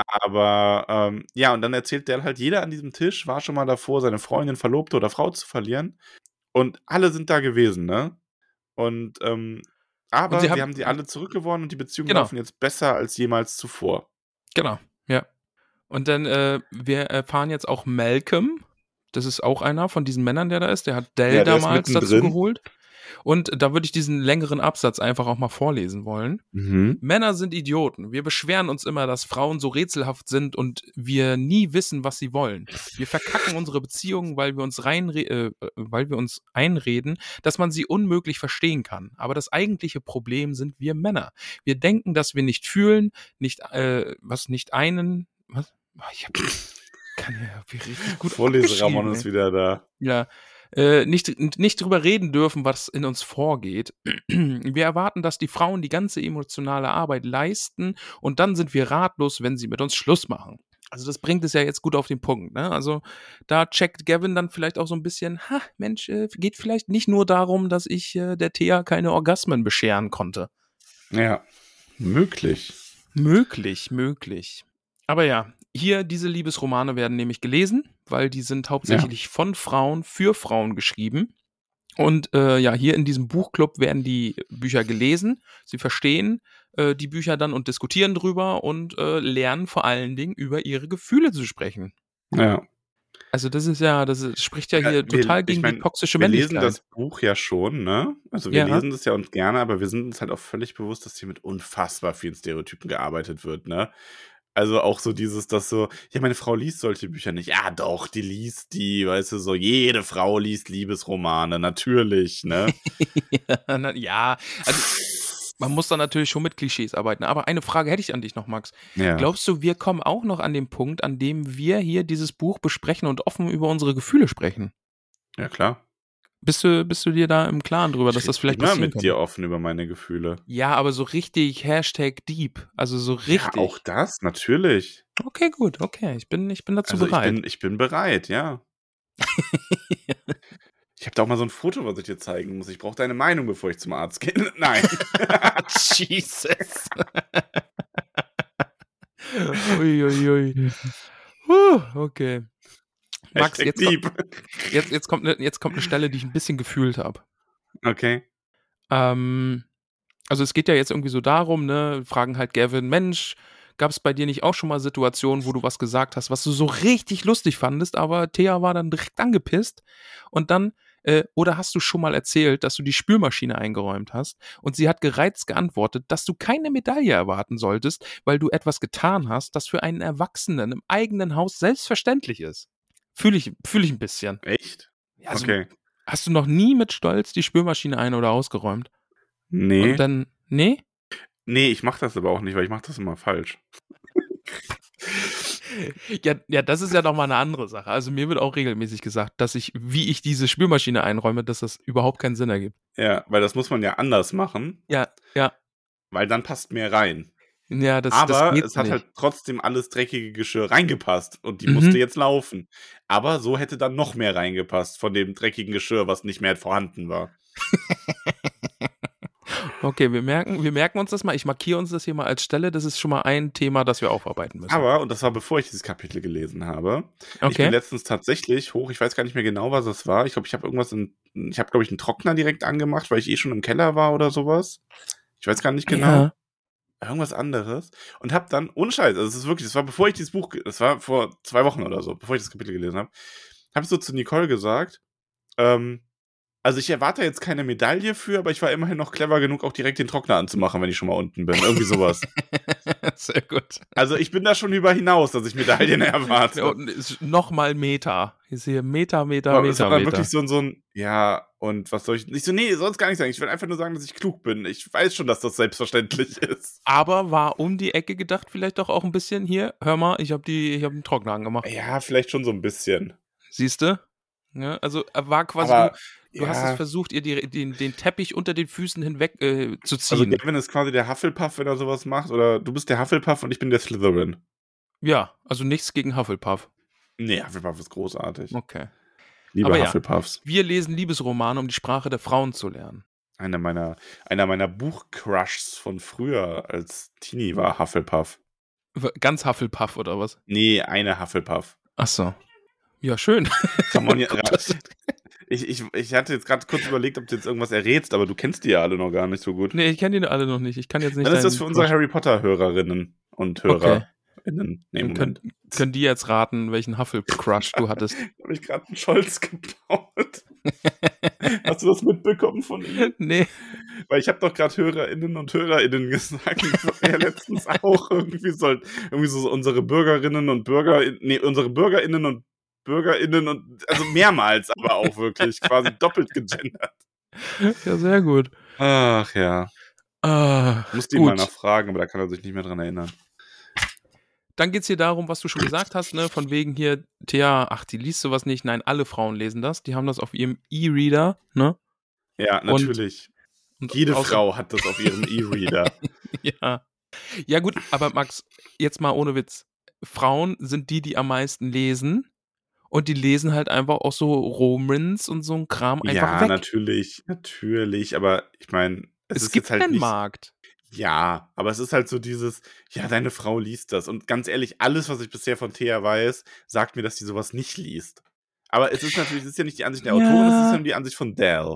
Aber ähm, ja, und dann erzählt der halt, jeder an diesem Tisch war schon mal davor, seine Freundin, Verlobte oder Frau zu verlieren. Und alle sind da gewesen, ne? Und ähm, aber Und sie sie haben- haben sie alle zurückgewonnen und die Beziehungen Genau. laufen jetzt besser als jemals zuvor. Genau, ja. Und dann, äh, wir erfahren jetzt auch Malcolm. Das ist auch einer von diesen Männern, der da ist. Der hat Dell Ja, der ist damals dazu mittendrin. geholt. Und da würde ich diesen längeren Absatz einfach auch mal vorlesen wollen. Mhm. Männer sind Idioten. Wir beschweren uns immer, dass Frauen so rätselhaft sind und wir nie wissen, was sie wollen. Wir verkacken unsere Beziehungen, weil wir uns reinre- äh, weil wir uns einreden, dass man sie unmöglich verstehen kann. Aber das eigentliche Problem sind wir Männer. Wir denken, dass wir nicht fühlen, nicht äh, was nicht einen, was? Oh, ich hab, kann ja richtig gut Vorlese Ramon abgeschrieben, ist ey. wieder da. Ja, äh, nicht, nicht drüber reden dürfen, was in uns vorgeht. Wir erwarten, dass die Frauen die ganze emotionale Arbeit leisten und dann sind wir ratlos, wenn sie mit uns Schluss machen. Also das bringt es ja jetzt gut auf den Punkt, ne? Also da checkt Gavin dann vielleicht auch so ein bisschen, ha, Mensch, äh, geht vielleicht nicht nur darum, dass ich äh, der Thea keine Orgasmen bescheren konnte. Ja, möglich. Möglich, möglich. Aber ja, hier diese Liebesromane werden nämlich gelesen, weil die sind hauptsächlich von Frauen für Frauen geschrieben. Und äh, ja, hier in diesem Buchclub werden die Bücher gelesen. Sie verstehen äh, die Bücher dann und diskutieren drüber und äh, lernen vor allen Dingen über ihre Gefühle zu sprechen. Ja. Also das ist ja, das ist, spricht ja hier Ja, wir- total ich gegen mein, die toxische Wir Männlichkeit. lesen das Buch ja schon, ne? Also wir Ja. lesen das ja uns gerne, aber wir sind uns halt auch völlig bewusst, dass hier mit unfassbar vielen Stereotypen gearbeitet wird, ne? Also auch so dieses, dass so, ja, meine Frau liest solche Bücher nicht. Ja, doch, die liest die, weißt du, so, jede Frau liest Liebesromane, natürlich, ne? Ja, na, ja, also man muss da natürlich schon mit Klischees arbeiten. Aber eine Frage hätte ich an dich noch, Max. Ja. Glaubst du, wir kommen auch noch an den Punkt, an dem wir hier dieses Buch besprechen und offen über unsere Gefühle sprechen? Ja, klar. Bist du, bist du dir da im Klaren drüber, dass Ich das red vielleicht immer passieren mit könnte? dir offen über meine Gefühle. Ja, aber so richtig Hashtag deep. Also so richtig. Ja, auch das, natürlich. Okay, gut, okay. Ich bin, ich bin dazu Also ich bereit. bin, ich bin bereit, ja. Ich habe da auch mal so ein Foto, was ich dir zeigen muss. Ich brauche deine Meinung, bevor ich zum Arzt gehe. Nein. Jesus. Uiuiui. Puh, okay. Max, Hashtag jetzt, deep. kommt, jetzt, jetzt, kommt eine, jetzt kommt eine Stelle, die ich ein bisschen gefühlt habe. Okay. Ähm, also es geht ja jetzt irgendwie so darum, ne, fragen halt Gavin, Mensch, gab es bei dir nicht auch schon mal Situationen, wo du was gesagt hast, was du so richtig lustig fandest, aber Thea war dann direkt angepisst und dann, äh, oder hast du schon mal erzählt, dass du die Spülmaschine eingeräumt hast und sie hat gereizt geantwortet, dass du keine Medaille erwarten solltest, weil du etwas getan hast, das für einen Erwachsenen im eigenen Haus selbstverständlich ist. Fühle ich, fühl ich ein bisschen. Echt? Also, Okay. Hast du noch nie mit Stolz die Spülmaschine ein- oder ausgeräumt? Nee. Und dann, nee? Nee, ich mache das aber auch nicht, weil ich mache das immer falsch. Ja, ja, das ist ja nochmal eine andere Sache. Also mir wird auch regelmäßig gesagt, dass ich, wie ich diese Spülmaschine einräume, dass das überhaupt keinen Sinn ergibt. Ja, weil das muss man ja anders machen. Ja, ja. weil dann passt mehr rein. Ja, das, das Aber geht es hat nicht. halt trotzdem alles dreckige Geschirr reingepasst und die Mhm. musste jetzt laufen. Aber so hätte dann noch mehr reingepasst von dem dreckigen Geschirr, was nicht mehr vorhanden war. Okay, wir merken, wir merken uns das mal. Ich markiere uns das hier mal als Stelle. Das ist schon mal ein Thema, das wir aufarbeiten müssen. Aber, und das war bevor ich dieses Kapitel gelesen habe, ich Okay. bin letztens tatsächlich hoch, ich weiß gar nicht mehr genau, was das war. Ich glaube, ich habe irgendwas in, ich habe, glaube ich, einen Trockner direkt angemacht, weil ich eh schon im Keller war oder sowas. Ich weiß gar nicht genau. Ja. Irgendwas anderes. Und habe dann, ohne Scheiß, also es ist wirklich, das war bevor ich dieses Buch, ge- das war vor zwei Wochen oder so, bevor ich das Kapitel gelesen habe, habe ich so zu Nicole gesagt, ähm, also ich erwarte jetzt keine Medaille für, aber ich war immerhin noch clever genug, auch direkt den Trockner anzumachen, wenn ich schon mal unten bin. Irgendwie sowas. Sehr gut. Also ich bin da schon über hinaus, dass ich Medaillen erwarte. Und ist nochmal Meta. Ich sehe Meta, Meta, Aber es Meta, war dann Meta. wirklich so ein, so ein, ja, und was soll ich, ich so, nee, soll es gar nicht sagen. Ich will einfach nur sagen, dass ich klug bin. Ich weiß schon, dass das selbstverständlich ist. Aber war um die Ecke gedacht vielleicht doch auch ein bisschen hier. Hör mal, ich habe die, ich habe den Trockner angemacht. Ja, vielleicht schon so ein bisschen. Siehst du? Ja, also äh, war quasi, Aber, du, du hast ja. es versucht, ihr die, den, den Teppich unter den Füßen hinweg äh, zu Also ziehen. Gavin ist quasi der Hufflepuff, wenn er sowas macht, oder du bist der Hufflepuff und ich bin der Slytherin. Ja, also nichts gegen Hufflepuff. Nee, Hufflepuff ist großartig. Okay. Liebe Aber ja. Hufflepuffs. Wir lesen Liebesromane, um die Sprache der Frauen zu lernen. Einer meiner, einer meiner Buchcrushs von früher als Teenie war Hufflepuff. W- Ganz Hufflepuff oder was? Nee, eine Hufflepuff. Ach so. Ja, schön. Come on, ja, ich, ich, ich hatte jetzt gerade kurz überlegt, ob du jetzt irgendwas errätst, aber du kennst die ja alle noch gar nicht so gut. Nee, ich kenne die alle noch nicht. Ich kann jetzt nicht. Dann ist das deinen für unsere Crush- Harry Potter-Hörerinnen und Okay. HörerInnen. Nee, Dann Moment. können, können die jetzt raten, welchen Huffle-Crush du hattest. Habe ich gerade einen Scholz gebaut? Hast du das mitbekommen von ihm? Nee. Weil ich habe doch gerade HörerInnen und HörerInnen gesagt. Das war ja letztens auch irgendwie soll irgendwie so unsere Bürgerinnen und Bürger, nee, unsere BürgerInnen und BürgerInnen und also mehrmals, aber auch wirklich quasi doppelt gegendert. Ja, sehr gut. Ach ja. Ah, Musste ihn mal gut. nachfragen, aber da kann er sich nicht mehr dran erinnern. Dann geht's hier darum, was du schon gesagt hast, ne? Von wegen hier, Thea, ach, die liest sowas nicht. Nein, alle Frauen lesen das. Die haben das auf ihrem E-Reader, ne? Ja, natürlich. Und Jede außer- Frau hat das auf ihrem E-Reader. Ja. Ja, gut, aber Max, jetzt mal ohne Witz. Frauen sind die, die am meisten lesen. Und die lesen halt einfach auch so Romans und so ein Kram einfach Ja, weg. natürlich, natürlich, aber ich meine, es, Es ist gibt jetzt halt einen nicht. Markt. Ja, aber es ist halt so dieses, ja, deine Frau liest das. Und ganz ehrlich, alles, was ich bisher von Thea weiß, sagt mir, dass sie sowas nicht liest. Aber es ist natürlich, es ist ja nicht die Ansicht der Ja. Autorin, es ist ja die Ansicht von Dell.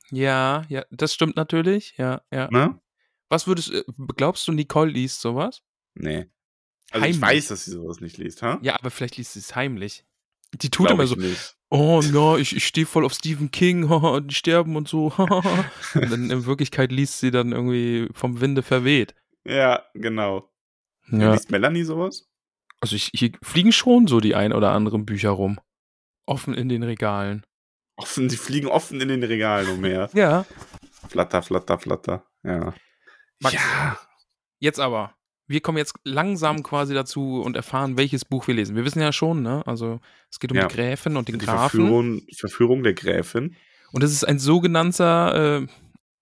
Ja, ja, das stimmt natürlich. Ja, ja. Ne? Was würdest du, glaubst du, Nicole liest sowas? Nee. Also Heimlich. ich weiß, dass sie sowas nicht liest, ha? Ja, aber vielleicht liest sie es heimlich. Die tut Glaub immer ich so, nicht. oh ja, ich, ich stehe voll auf Stephen King, haha, die sterben und so. haha. Und dann in Wirklichkeit liest sie dann irgendwie vom Winde verweht. Ja, genau. Ja. Liest Melanie sowas? Also ich, hier fliegen schon so die ein oder anderen Bücher rum. Offen in den Regalen. Offen, die fliegen offen in den Regalen umher. Ja. Flatter, flatter, flatter. Ja. Max, Ja. Jetzt aber. Wir kommen jetzt langsam quasi dazu und erfahren, welches Buch wir lesen. Wir wissen ja schon, ne? Also es geht um Ja. die Gräfin und den Die Grafen. Verführung, Verführung der Gräfin. Und es ist ein sogenannter äh,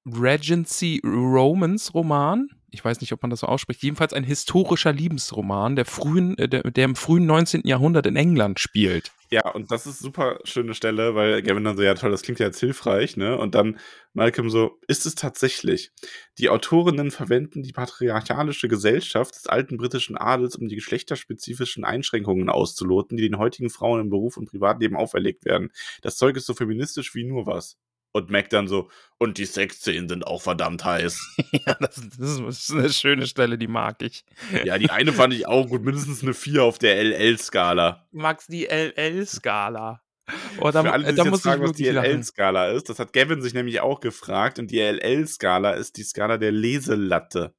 Regency Romance Roman. Ich weiß nicht, ob man das so ausspricht. Jedenfalls ein historischer Liebesroman, der, frühen, äh, der, der im frühen neunzehnten. Jahrhundert in England spielt. Ja, und das ist super schöne Stelle, weil Gavin dann so, ja toll, das klingt ja jetzt hilfreich, ne? Und dann Malcolm so, ist es tatsächlich? Die Autorinnen verwenden die patriarchalische Gesellschaft des alten britischen Adels, um die geschlechterspezifischen Einschränkungen auszuloten, die den heutigen Frauen im Beruf und Privatleben auferlegt werden. Das Zeug ist so feministisch wie nur was. Und Mac dann so, und die Sexszenen sind auch verdammt heiß. Ja, das, das ist eine schöne Stelle, die mag ich. Ja, die eine fand ich auch gut, mindestens eine vier auf der L L-Skala. Magst die L L-Skala? Oh, da, Für alle, die da sich muss jetzt fragen, ich was die wirklich L lachen. L-Skala ist, das hat Gavin sich nämlich auch gefragt. Und die L L-Skala ist die Skala der Leselatte.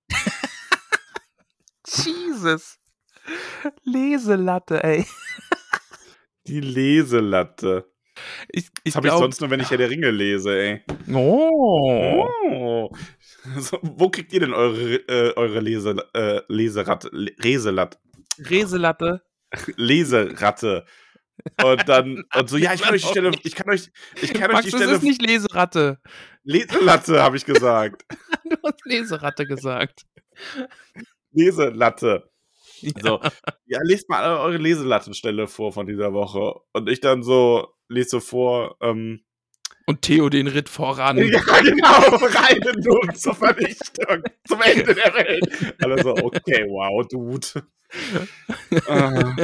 Jesus. Leselatte, ey. Die Leselatte. Ich, Das ich habe ich glaub- sonst nur, wenn ich Herr der Ringe lese, ey. Oh. Oh. So, wo kriegt ihr denn eure, äh, eure Lese, äh, Leseratte? Le- Reselatte? Reselatte. Leseratte. Und dann, und so, ja, ich kann euch die Stelle, ich kann euch, ich kann euch Max, die das Stelle. ist nicht Leseratte. Leselatte, habe ich gesagt. Du hast Leseratte gesagt. Leselatte. Ja. So, ja, lest mal alle eure Leselattenstelle vor von dieser Woche. Und ich dann so, lese so vor, ähm, Und Theo den Ritt voran. ja, genau, rein nun zur Vernichtung, zum Ende der Welt. Alle so, okay, wow, Dude. ah.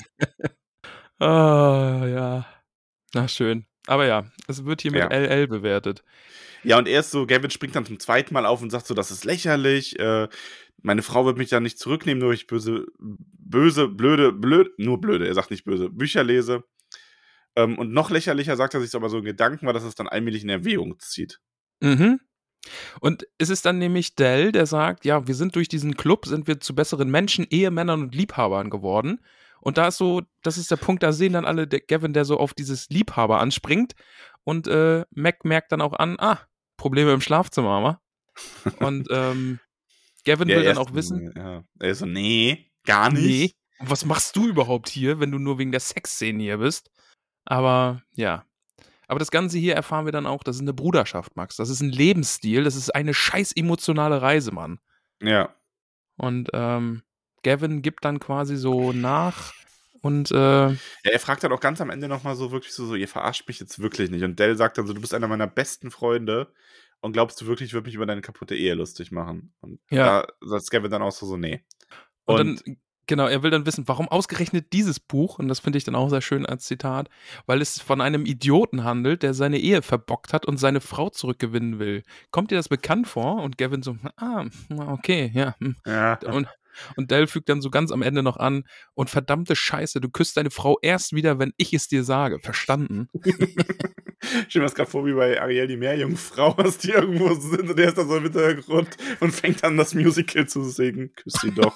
Ah, ja. Na, schön. Aber ja, es wird hier mit Ja. L L bewertet. Ja, und erst so, Gavin springt dann zum zweiten Mal auf und sagt so, das ist lächerlich, äh, meine Frau wird mich da nicht zurücknehmen, nur ich böse, böse, blöde, blöd, nur blöde, er sagt nicht böse, Bücher lese. Ähm, und noch lächerlicher sagt er sich aber so in Gedanken, weil das es dann allmählich in Erwägung zieht. Mhm. Und es ist dann nämlich Dell, der sagt, ja, wir sind durch diesen Club, sind wir zu besseren Menschen, Ehemännern und Liebhabern geworden. Und da ist so, das ist der Punkt, da sehen dann alle der Gavin, der so auf dieses Liebhaber anspringt. Und äh, Mac merkt dann auch an, ah, Probleme im Schlafzimmer, wa? Und ähm, Gavin Ja, will dann erst- auch wissen, Ja. Er ist so, nee, gar nicht. nee, was machst du überhaupt hier, wenn du nur wegen der Sexszene hier bist? Aber ja. Aber das Ganze hier erfahren wir dann auch, das ist eine Bruderschaft, Max. Das ist ein Lebensstil, das ist eine scheiß emotionale Reise, Mann. Ja. Und ähm, Gavin gibt dann quasi so nach und äh, Ja, er fragt dann auch ganz am Ende nochmal so wirklich so, so, ihr verarscht mich jetzt wirklich nicht. Und Dell sagt dann so, du bist einer meiner besten Freunde und glaubst du wirklich, ich würde mich über deine kaputte Ehe lustig machen? Und Ja. da sagt Gavin dann auch so, so, nee. Und, Und, dann, genau, er will dann wissen, warum ausgerechnet dieses Buch, und das finde ich dann auch sehr schön als Zitat, weil es von einem Idioten handelt, der seine Ehe verbockt hat und seine Frau zurückgewinnen will. Kommt dir das bekannt vor? Und Gavin so, ah, okay, ja. hm. ja. Und, und Dell fügt dann so ganz am Ende noch an, und verdammte Scheiße, du küsst deine Frau erst wieder, wenn ich es dir sage. Verstanden? Ich stelle mir das gerade vor, wie bei Ariel die Meerjungfrau, dass die irgendwo sind und der ist da so im Hintergrund und fängt an, das Musical zu singen. Küss sie doch.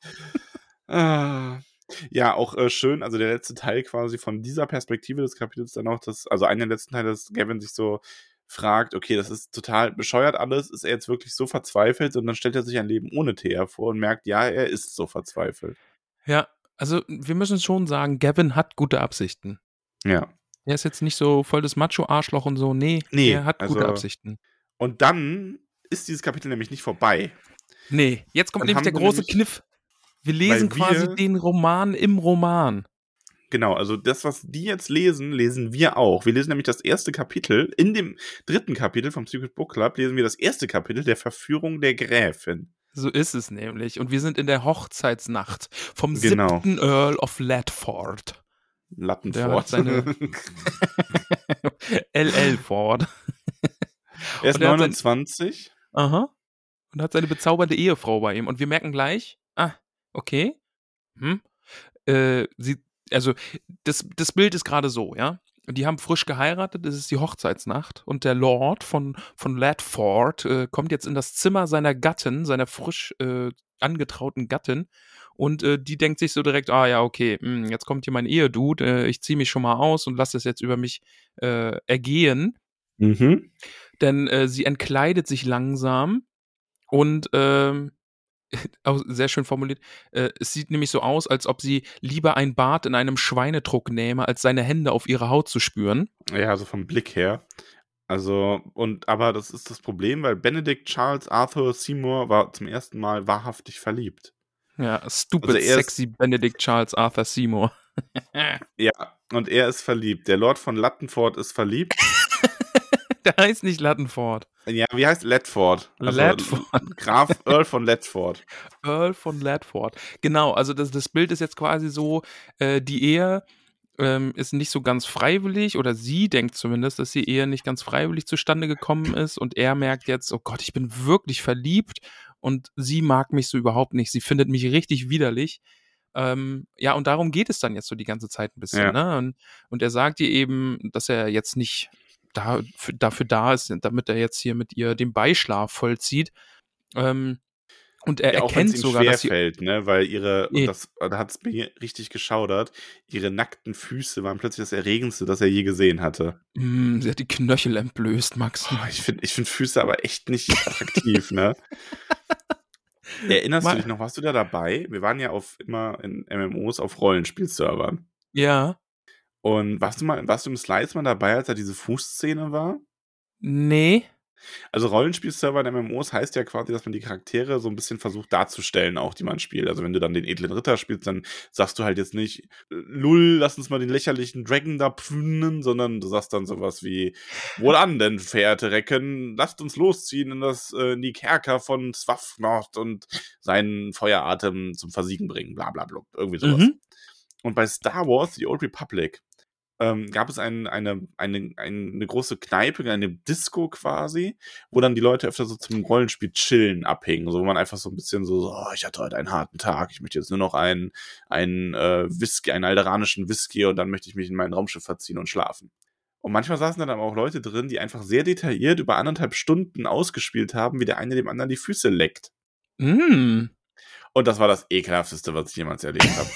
ah. Ja, auch äh, schön, also der letzte Teil quasi von dieser Perspektive des Kapitels dann auch, dass, also einer der letzten Teile, dass Gavin sich so fragt, okay, das ist total bescheuert alles, ist er jetzt wirklich so verzweifelt? Und dann stellt er sich ein Leben ohne Thea vor und merkt, ja, er ist so verzweifelt. Ja, also wir müssen schon sagen, Gavin hat gute Absichten. Ja. Er ist jetzt nicht so voll das Macho-Arschloch und so, nee, Nee, er hat gute also- Absichten. Und dann ist dieses Kapitel nämlich nicht vorbei. Nee, jetzt kommt Dann nämlich der haben wir große nämlich- Kniff. Wir lesen weil quasi wir- den Roman im Roman. Genau, also das, was die jetzt lesen, lesen wir auch. Wir lesen nämlich das erste Kapitel. In dem dritten Kapitel vom Secret Book Club lesen wir das erste Kapitel der Verführung der Gräfin. So ist es nämlich. Und wir sind in der Hochzeitsnacht vom Genau. siebten Earl of Ledford. Lattenford. Der hat seine- L L Ford. er ist und er hat sein- neunundzwanzig. Aha. Und hat seine bezaubernde Ehefrau bei ihm. Und wir merken gleich, ah, okay. Hm. Äh, sie, also, das, das Bild ist gerade so, ja. Die haben frisch geheiratet, es ist die Hochzeitsnacht und der Lord von, von Ledford äh, kommt jetzt in das Zimmer seiner Gattin, seiner frisch äh, angetrauten Gattin, und äh, die denkt sich so direkt, ah ja, okay, mh, jetzt kommt hier mein Ehedude, äh, ich ziehe mich schon mal aus und lasse es jetzt über mich äh, ergehen, Mhm. denn äh, sie entkleidet sich langsam und ähm, auch sehr schön formuliert. Äh, es sieht nämlich so aus, als ob sie lieber ein Bad in einem Schweinedruck nähme, als seine Hände auf ihrer Haut zu spüren. Ja, also vom Blick her. Also, und aber das ist das Problem, weil Benedict Charles Arthur Seymour war zum ersten Mal wahrhaftig verliebt. Ja, stupid, Also er ist- sexy Benedict Charles Arthur Seymour. Ja, und er ist verliebt. Der Lord von Lattenford ist verliebt. Der heißt nicht Lattenford. Ja, wie heißt Ledford? Also, Ledford. Graf Earl von Ledford. Earl von Ledford. Genau, also das, das Bild ist jetzt quasi so, äh, die Ehe ähm, ist nicht so ganz freiwillig, oder sie denkt zumindest, dass die Ehe nicht ganz freiwillig zustande gekommen ist, und er merkt jetzt, oh Gott, ich bin wirklich verliebt und sie mag mich so überhaupt nicht. Sie findet mich richtig widerlich. Ähm, ja, und darum geht es dann jetzt so die ganze Zeit ein bisschen. Ja. Ne? Und, und er sagt ihr eben, dass er jetzt nicht da, für, dafür da ist, damit er jetzt hier mit ihr den Beischlaf vollzieht. Ähm, und er Ja, auch wenn erkennt es ihm sogar, dass sie schwerfällt, ne? Weil ihre, Nee. und das, da hat es mir richtig geschaudert, ihre nackten Füße waren plötzlich das Erregendste, das er je gesehen hatte. Mm, sie hat die Knöchel entblößt, Max. Oh, ich finde ich find Füße aber echt nicht attraktiv, ne? Erinnerst Ma- du dich noch, warst du da dabei? Wir waren ja auf immer in M M Os auf Rollenspielservern. Ja. Und warst du mal, warst du im Slice mal dabei, als da diese Fußszene war? Nee. Also Rollenspielserver in M M Os heißt ja quasi, dass man die Charaktere so ein bisschen versucht darzustellen, auch die man spielt. Also wenn du dann den edlen Ritter spielst, dann sagst du halt jetzt nicht, äh, Lull, lass uns mal den lächerlichen Dragon da pfünnen, sondern du sagst dann sowas wie, wohlan denn, verehrte Recken, lasst uns losziehen in, das, äh, in die Kerker von Swafnord und seinen Feueratem zum Versiegen bringen, bla bla bla, irgendwie sowas. Mhm. Und bei Star Wars, The Old Republic, ähm, gab es ein, eine, eine, eine große Kneipe, eine Disco quasi, wo dann die Leute öfter so zum Rollenspiel chillen abhängen, so wo man einfach so ein bisschen so, so oh, ich hatte heute einen harten Tag, ich möchte jetzt nur noch einen, einen äh, Whisky, einen alderanischen Whisky und dann möchte ich mich in mein Raumschiff verziehen und schlafen. Und manchmal saßen dann aber auch Leute drin, die einfach sehr detailliert über anderthalb Stunden ausgespielt haben, wie der eine dem anderen die Füße leckt. Mm. Und das war das Ekelhafteste, was ich jemals erlebt habe.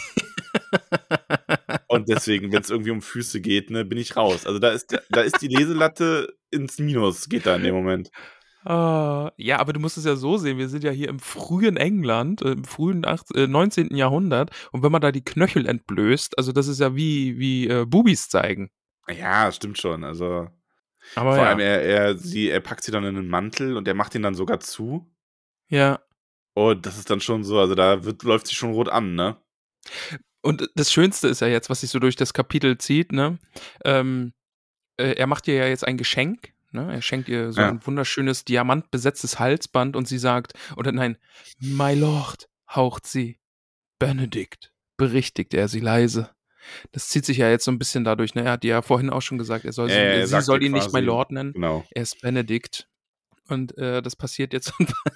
Und deswegen, wenn es irgendwie um Füße geht, ne, bin ich raus. Also da ist, da ist die Leselatte ins Minus, geht da in dem Moment. Uh, ja, aber du musst es ja so sehen, wir sind ja hier im frühen England, äh, im frühen achtzehnten, äh, neunzehnten Jahrhundert und wenn man da die Knöchel entblößt, also das ist ja wie, wie äh, Bubis zeigen. Ja, stimmt schon. Also Aber vor ja. allem, er, er, sie, er packt sie dann in einen Mantel und er macht ihn dann sogar zu. Ja. Und das ist dann schon so, also da wird, läuft sie schon rot an, ne? Und das Schönste ist ja jetzt, was sich so durch das Kapitel zieht, ne? Ähm, äh, er macht ihr ja jetzt ein Geschenk, ne? Er schenkt ihr so Ja. ein wunderschönes diamantbesetztes Halsband und sie sagt, oder nein, My Lord, haucht sie. Benedikt, berichtigt er sie leise. Das zieht sich ja jetzt so ein bisschen dadurch, ne? Er hat ja vorhin auch schon gesagt, er soll sie, Äh, er sie sagt soll ihr ihn nicht My quasi- Lord nennen. Genau. Er ist Benedikt. Und äh, das passiert jetzt.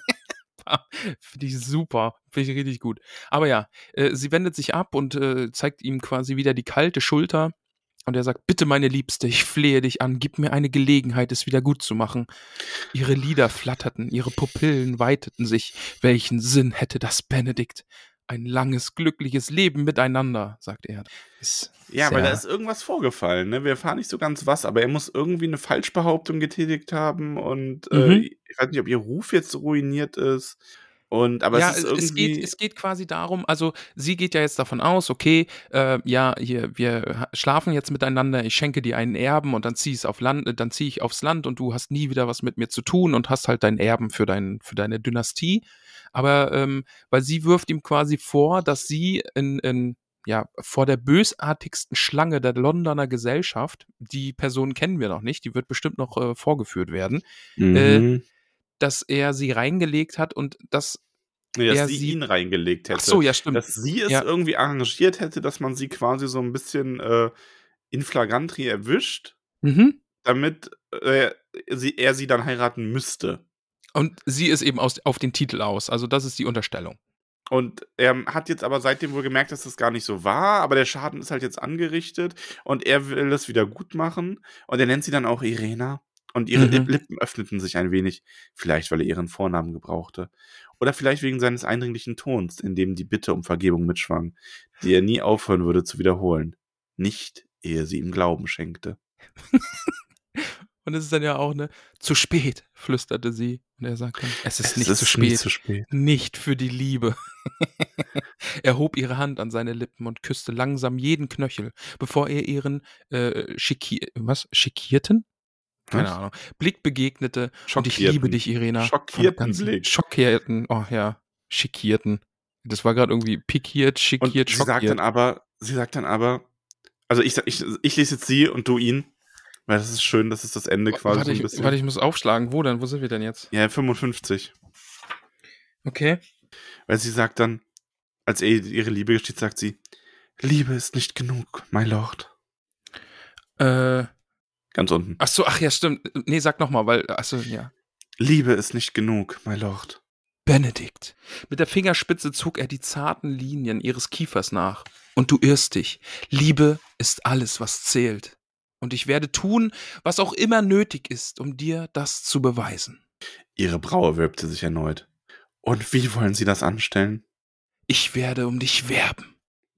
Finde ich super. Finde ich richtig gut. Aber ja, äh, sie wendet sich ab und äh, zeigt ihm quasi wieder die kalte Schulter. Und er sagt, bitte, meine Liebste, ich flehe dich an, gib mir eine Gelegenheit, es wieder gut zu machen. Ihre Lider flatterten, ihre Pupillen weiteten sich. Welchen Sinn hätte das, Benedikt? Ein langes, glückliches Leben miteinander, sagt er. Ist Ja, sehr, weil da ist irgendwas vorgefallen, ne? Wir erfahren nicht so ganz was, aber er muss irgendwie eine Falschbehauptung getätigt haben und Mhm. äh, ich weiß nicht, ob ihr Ruf jetzt ruiniert ist. Und aber ja, es ist es, es, irgendwie. geht, es geht quasi darum, also sie geht ja jetzt davon aus, okay, äh, ja, hier, wir ha- schlafen jetzt miteinander, ich schenke dir einen Erben und dann zieh ich auf Land, äh, dann ziehe ich aufs Land und du hast nie wieder was mit mir zu tun und hast halt deinen Erben für, dein, für deine Dynastie. Aber ähm, weil sie wirft ihm quasi vor, dass sie in, in ja, vor der bösartigsten Schlange der Londoner Gesellschaft, die Person kennen wir noch nicht, die wird bestimmt noch äh, vorgeführt werden, äh, Mhm. dass er sie reingelegt hat und dass Nee, dass er sie sie- ihn reingelegt hätte. Ach so, ja, stimmt. Dass sie es Ja. irgendwie arrangiert hätte, dass man sie quasi so ein bisschen äh, in Flagranti erwischt, Mhm. damit äh, sie, er sie dann heiraten müsste. Und sie ist eben aus, auf den Titel aus. Also das ist die Unterstellung. Und er hat jetzt aber seitdem wohl gemerkt, dass das gar nicht so war, aber der Schaden ist halt jetzt angerichtet und er will das wieder gut machen und er nennt sie dann auch Irena und ihre Mhm. Lippen öffneten sich ein wenig, vielleicht weil er ihren Vornamen gebrauchte oder vielleicht wegen seines eindringlichen Tons, in dem die Bitte um Vergebung mitschwang, die er nie aufhören würde zu wiederholen, nicht ehe sie ihm Glauben schenkte. Und es ist dann ja auch, ne, zu spät, flüsterte sie. Und er sagt dann, es ist, Es nicht, ist zu nie spät, zu spät. nicht für die Liebe. Er hob ihre Hand an seine Lippen und küsste langsam jeden Knöchel, bevor er ihren äh, schicki was? Schickierten? Keine Was? Ahnung. Blick begegnete. Und ich Schockierten. liebe dich, Irena. von Schockierten ganzem- Blick. Schockierten. Oh ja. Schickierten. Das war gerade irgendwie pikiert, Und schickiert, sie sagt dann schockiert. aber, sie sagt dann aber, also ich, ich, ich lese jetzt sie und du ihn, weil das ist schön, das ist das Ende quasi Warte so ein ich, bisschen. warte, ich muss aufschlagen. Wo denn? Wo sind wir denn jetzt? Ja, fünfundfünfzig. Okay. Weil sie sagt dann, als er ihre Liebe gesteht, sagt sie, Liebe ist nicht genug, my Lord. Äh, Ganz unten. ach so, ach ja, stimmt. Nee, sag nochmal, weil, ach so, ja. Liebe ist nicht genug, my Lord. Benedikt. Mit der Fingerspitze zog er die zarten Linien ihres Kiefers nach. Und du irrst dich. Liebe ist alles, was zählt. Und ich werde tun, was auch immer nötig ist, um dir das zu beweisen. Ihre Braue wölbte sich erneut. Und wie wollen Sie das anstellen? Ich werde um dich werben.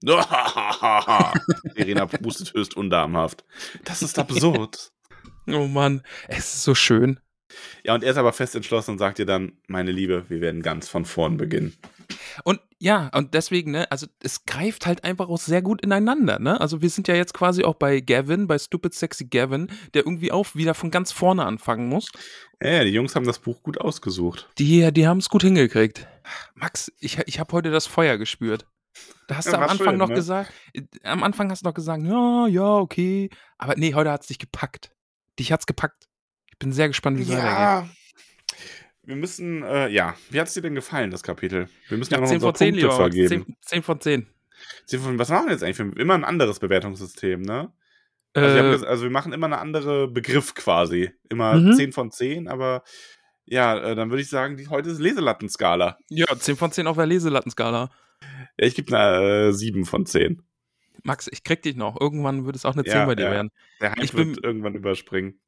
Irena pustet höchst undamhaft. Das ist absurd. Oh Mann, es ist so schön. Ja, und er ist aber fest entschlossen und sagt ihr dann, meine Liebe, wir werden ganz von vorn beginnen. Und ja, und deswegen, ne, also es greift halt einfach auch sehr gut ineinander, ne? Also wir sind ja jetzt quasi auch bei Gavin, bei Stupid Sexy Gavin, der irgendwie auch wieder von ganz vorne anfangen muss. Ja, die Jungs haben das Buch gut ausgesucht. Die, die haben es gut hingekriegt. Max, ich, ich habe heute das Feuer gespürt. Da hast Ja, du am war Anfang schön, noch ne? gesagt, äh, am Anfang hast du noch gesagt, ja, ja, okay. Aber nee, heute hat es dich gepackt. Dich hat's gepackt. Ich bin sehr gespannt, wie es weitergeht. Ja, wir müssen, äh, ja, wie hat es dir denn gefallen, das Kapitel? Wir müssen ja, Ja, noch zehn unsere von zehn, Punkte lieber Max. vergeben. zehn von zehn. zehn von- Was machen wir jetzt eigentlich? Wir- Immer ein anderes Bewertungssystem, ne? Also, wir haben Äh, ges- also wir machen immer eine andere Begriff quasi. Immer Mhm. zehn von zehn, aber ja, äh, dann würde ich sagen, die, heute ist Leselattenskala. ja, zehn von zehn auf der Leselattenskala. Ja, ich gebe eine äh, sieben von zehn. Max, ich krieg dich noch. Irgendwann wird es auch eine zehn Ja, bei dir ja. werden. Der Hype Ich bin- wird irgendwann überspringen.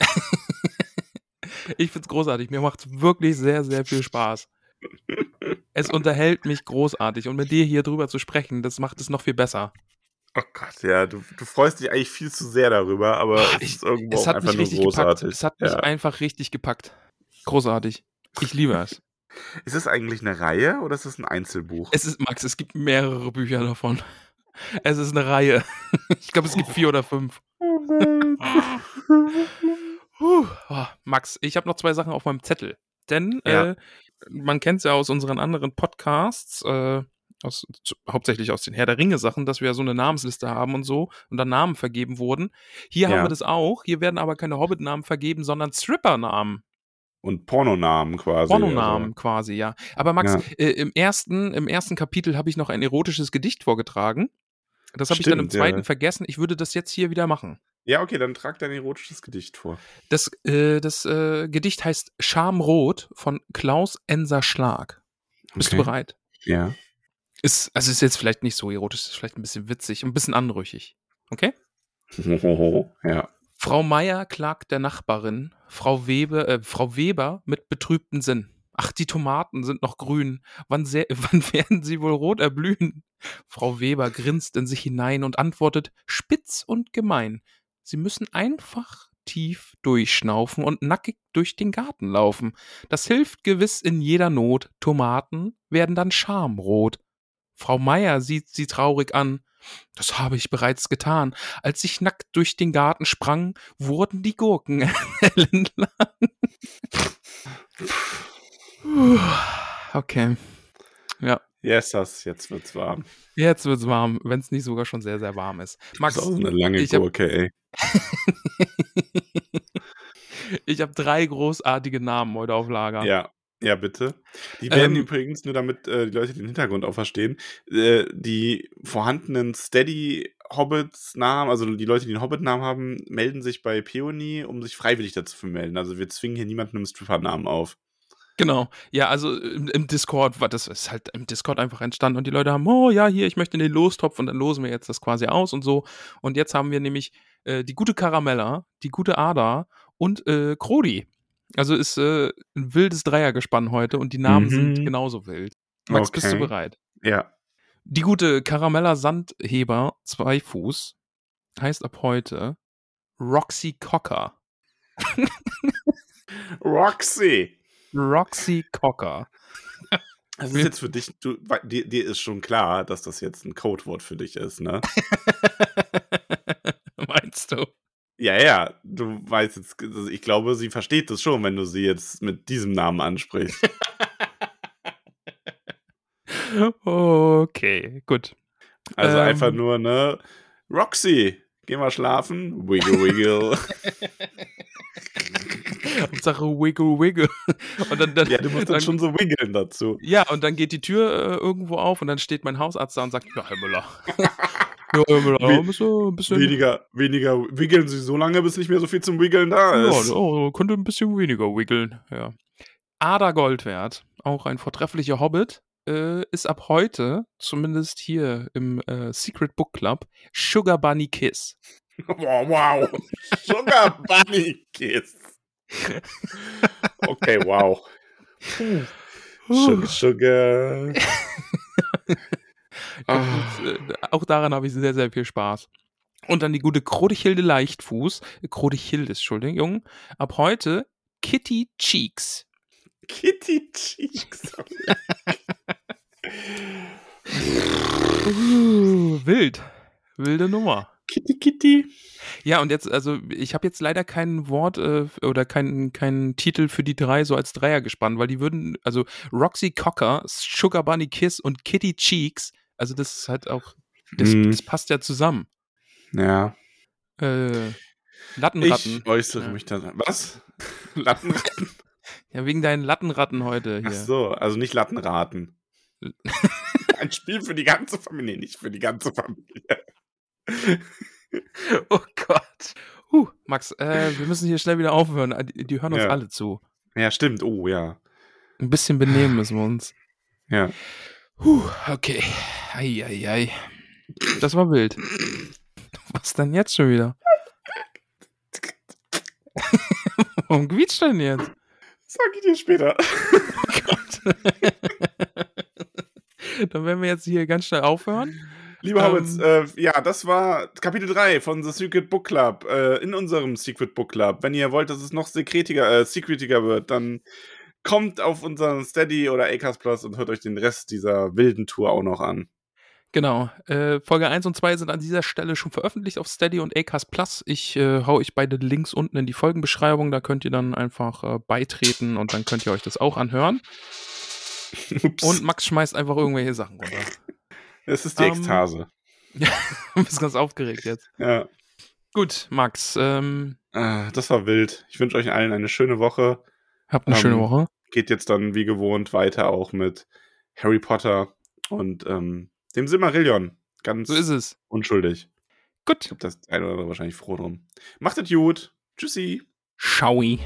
Ich find's großartig. Mir macht's wirklich sehr, sehr viel Spaß. Es unterhält mich großartig. Und mit dir hier drüber zu sprechen, das macht es noch viel besser. Oh Gott, ja, du, du freust dich eigentlich viel zu sehr darüber, aber Ah, es ich- ist irgendwo Es auch hat einfach mich nur richtig gepackt. großartig. Es hat mich ja. einfach richtig gepackt. Großartig. Ich liebe es. Ist das eigentlich eine Reihe oder ist das ein Einzelbuch? Es ist, Max, es gibt mehrere Bücher davon. Es ist eine Reihe. Ich glaube, es gibt vier oder fünf. Puh. Oh, Max, ich habe noch zwei Sachen auf meinem Zettel. Denn Ja. äh, man kennt es ja aus unseren anderen Podcasts, äh, aus, zu, hauptsächlich aus den Herr der Ringe-Sachen, dass wir ja so eine Namensliste haben und so und dann Namen vergeben wurden. Hier Ja. haben wir das auch. Hier werden aber keine Hobbit-Namen vergeben, sondern Stripper-Namen. Und Pornonamen quasi. Pornonamen quasi, ja. Aber Max, Ja. äh, im, ersten, im ersten Kapitel habe ich noch ein erotisches Gedicht vorgetragen. Das habe ich dann im Stimmt, ja. zweiten vergessen. Ich würde das jetzt hier wieder machen. Also, ja, okay, dann trag dein erotisches Gedicht vor. Das, äh, das äh, Gedicht heißt Schamrot von Klaus Enser Schlag. Bist Okay. du bereit? Ja. Ist, also ist jetzt vielleicht nicht so erotisch, ist vielleicht ein bisschen witzig und ein bisschen anrüchig. Okay? ja. Frau Meier klagt der Nachbarin, Frau Weber, äh, Frau Weber mit betrübtem Sinn. Ach, die Tomaten sind noch grün. Wann, sehr, wann werden sie wohl rot erblühen? Frau Weber grinst in sich hinein und antwortet spitz und gemein. Sie müssen einfach tief durchschnaufen und nackig durch den Garten laufen. Das hilft gewiss in jeder Not. Tomaten werden dann schamrot. Frau Meier sieht sie traurig an. Das habe ich bereits getan. Als ich nackt durch den Garten sprang, wurden die Gurken entlang. Okay. Ja, Yes, das, jetzt wird's warm. jetzt wird's warm, wenn es nicht sogar schon sehr, sehr warm ist. Max, Das ist auch so eine lange ich hab- Gurke, ey. ich habe drei großartige Namen heute auf Lager. Ja. Ja, bitte. Die werden Ähm, übrigens, nur damit äh, die Leute den Hintergrund auch verstehen, äh, die vorhandenen Steady-Hobbits-Namen, also die Leute, die einen Hobbit-Namen haben, melden sich bei Peony, um sich freiwillig dazu zu melden. Also wir zwingen hier niemanden einen Stripper-Namen auf. Genau. Ja, also im, im Discord, war das ist halt im Discord einfach entstanden und die Leute haben, oh ja, hier, ich möchte in den Lostopf und dann losen wir jetzt das quasi aus und so. Und jetzt haben wir nämlich äh, die gute Caramella, die gute Ada und äh, Krodi. Also ist äh, ein wildes Dreiergespann heute und die Namen Mhm. sind genauso wild. Max, bist du Okay. bereit? Ja. Die gute Caramella Sandheber Zweifuß heißt ab heute Roxy Cocker. Roxy! Roxy Cocker. Das ist jetzt für dich, du, wei- dir, dir ist schon klar, dass das jetzt ein Codewort für dich ist, ne? Meinst du? Ja, ja, du weißt jetzt, also ich glaube, sie versteht das schon, wenn du sie jetzt mit diesem Namen ansprichst. Okay, gut. Also Ähm. einfach nur, ne? Roxy, geh mal schlafen. Wiggle, wiggle. Hauptsache Wiggle Wiggle. Und dann, dann, Ja, du musst dann schon so wiggeln dazu. Ja, und dann geht die Tür äh, irgendwo auf und dann steht mein Hausarzt da und sagt, ja, Herr Müller. Ja, Herr Müller, Wie- ein bisschen, ein bisschen Weniger, weniger wiggeln sie so lange, bis nicht mehr so viel zum Wiggeln da ja, ist. oh, könnte ein bisschen weniger wiggeln, ja. Ada Goldwert, auch ein vortrefflicher Hobbit, äh, ist ab heute, zumindest hier im äh, Secret Book Club, Sugar Bunny Kiss. Wow, wow. Sugar Bunny Kiss. Okay, wow. Sugar, Sugar. Ja, gut, äh, auch daran habe ich sehr, sehr viel Spaß. Und dann die gute Krodichilde Leichtfuß, äh, Krodichilde, Entschuldigung, ab heute Kitty Cheeks. Kitty Cheeks. Uh, wild. Wilde Nummer. Kitty, Kitty. Ja, und jetzt, also ich habe jetzt leider kein Wort äh, oder keinen kein Titel für die drei so als Dreier gespannt, weil die würden, also Roxy Cocker, Sugar Bunny Kiss und Kitty Cheeks, also das ist halt auch, das, Hm. das passt ja zusammen. Ja. Äh, Lattenratten. Ich äußere Ja. mich da. Was? Lattenratten? Ja, wegen deinen Lattenratten heute hier. Ach so, also nicht Lattenraten. Ein Spiel für die ganze Familie. Nee, nicht für die ganze Familie. Oh Gott. Huh, Max, äh, wir müssen hier schnell wieder aufhören. Die, die hören uns Ja. alle zu. Ja, stimmt. Oh, ja. Ein bisschen benehmen müssen wir uns. Ja. Huh, okay. Eieiei. Ei, ei. Das war wild. Was denn jetzt schon wieder? Warum quietscht denn jetzt? Sag ich dir später. Oh Gott. Dann werden wir jetzt hier ganz schnell aufhören. Liebe Ähm, Hobbits, äh, ja, das war Kapitel drei von The Secret Book Club. Äh, in unserem Secret Book Club. Wenn ihr wollt, dass es noch sekretiger, äh, secretiger wird, dann kommt auf unseren Steady oder Acast Plus und hört euch den Rest dieser wilden Tour auch noch an. Genau. Äh, Folge eins und zwei sind an dieser Stelle schon veröffentlicht auf Steady und Acast Plus. Ich äh, hau euch beide Links unten in die Folgenbeschreibung. Da könnt ihr dann einfach äh, beitreten und dann könnt ihr euch das auch anhören. Ups. Und Max schmeißt einfach irgendwelche Sachen runter. Es ist die ähm, Ekstase. Ja, du bist ganz aufgeregt jetzt. Ja. Gut, Max, ähm, Ah, das war wild. Ich wünsche euch allen eine schöne Woche. habt eine Ähm, schöne Woche. Geht jetzt dann wie gewohnt weiter auch mit Harry Potter und ähm, dem Silmarillion. Ganz So ist es. unschuldig. Gut. Ich glaube, das ist eine oder andere wahrscheinlich froh drum. Macht es gut. Tschüssi. Schaui.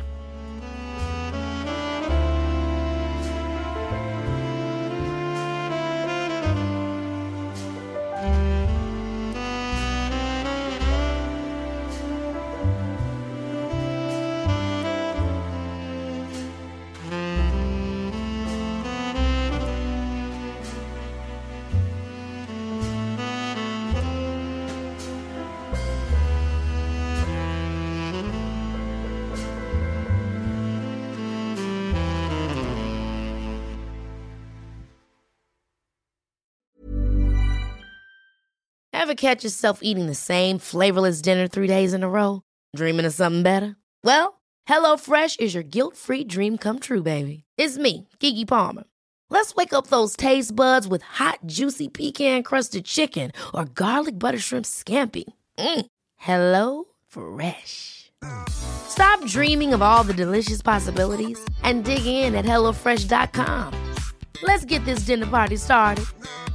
Ever catch yourself eating the same flavorless dinner three days in a row? Dreaming of something better? Well, HelloFresh is your guilt-free dream come true, baby. It's me, Keke Palmer. Let's wake up those taste buds with hot, juicy pecan-crusted chicken or garlic butter shrimp scampi. Mm. Hello Fresh. Stop dreaming of all the delicious possibilities and dig in at hello fresh dot com. Let's get this dinner party started.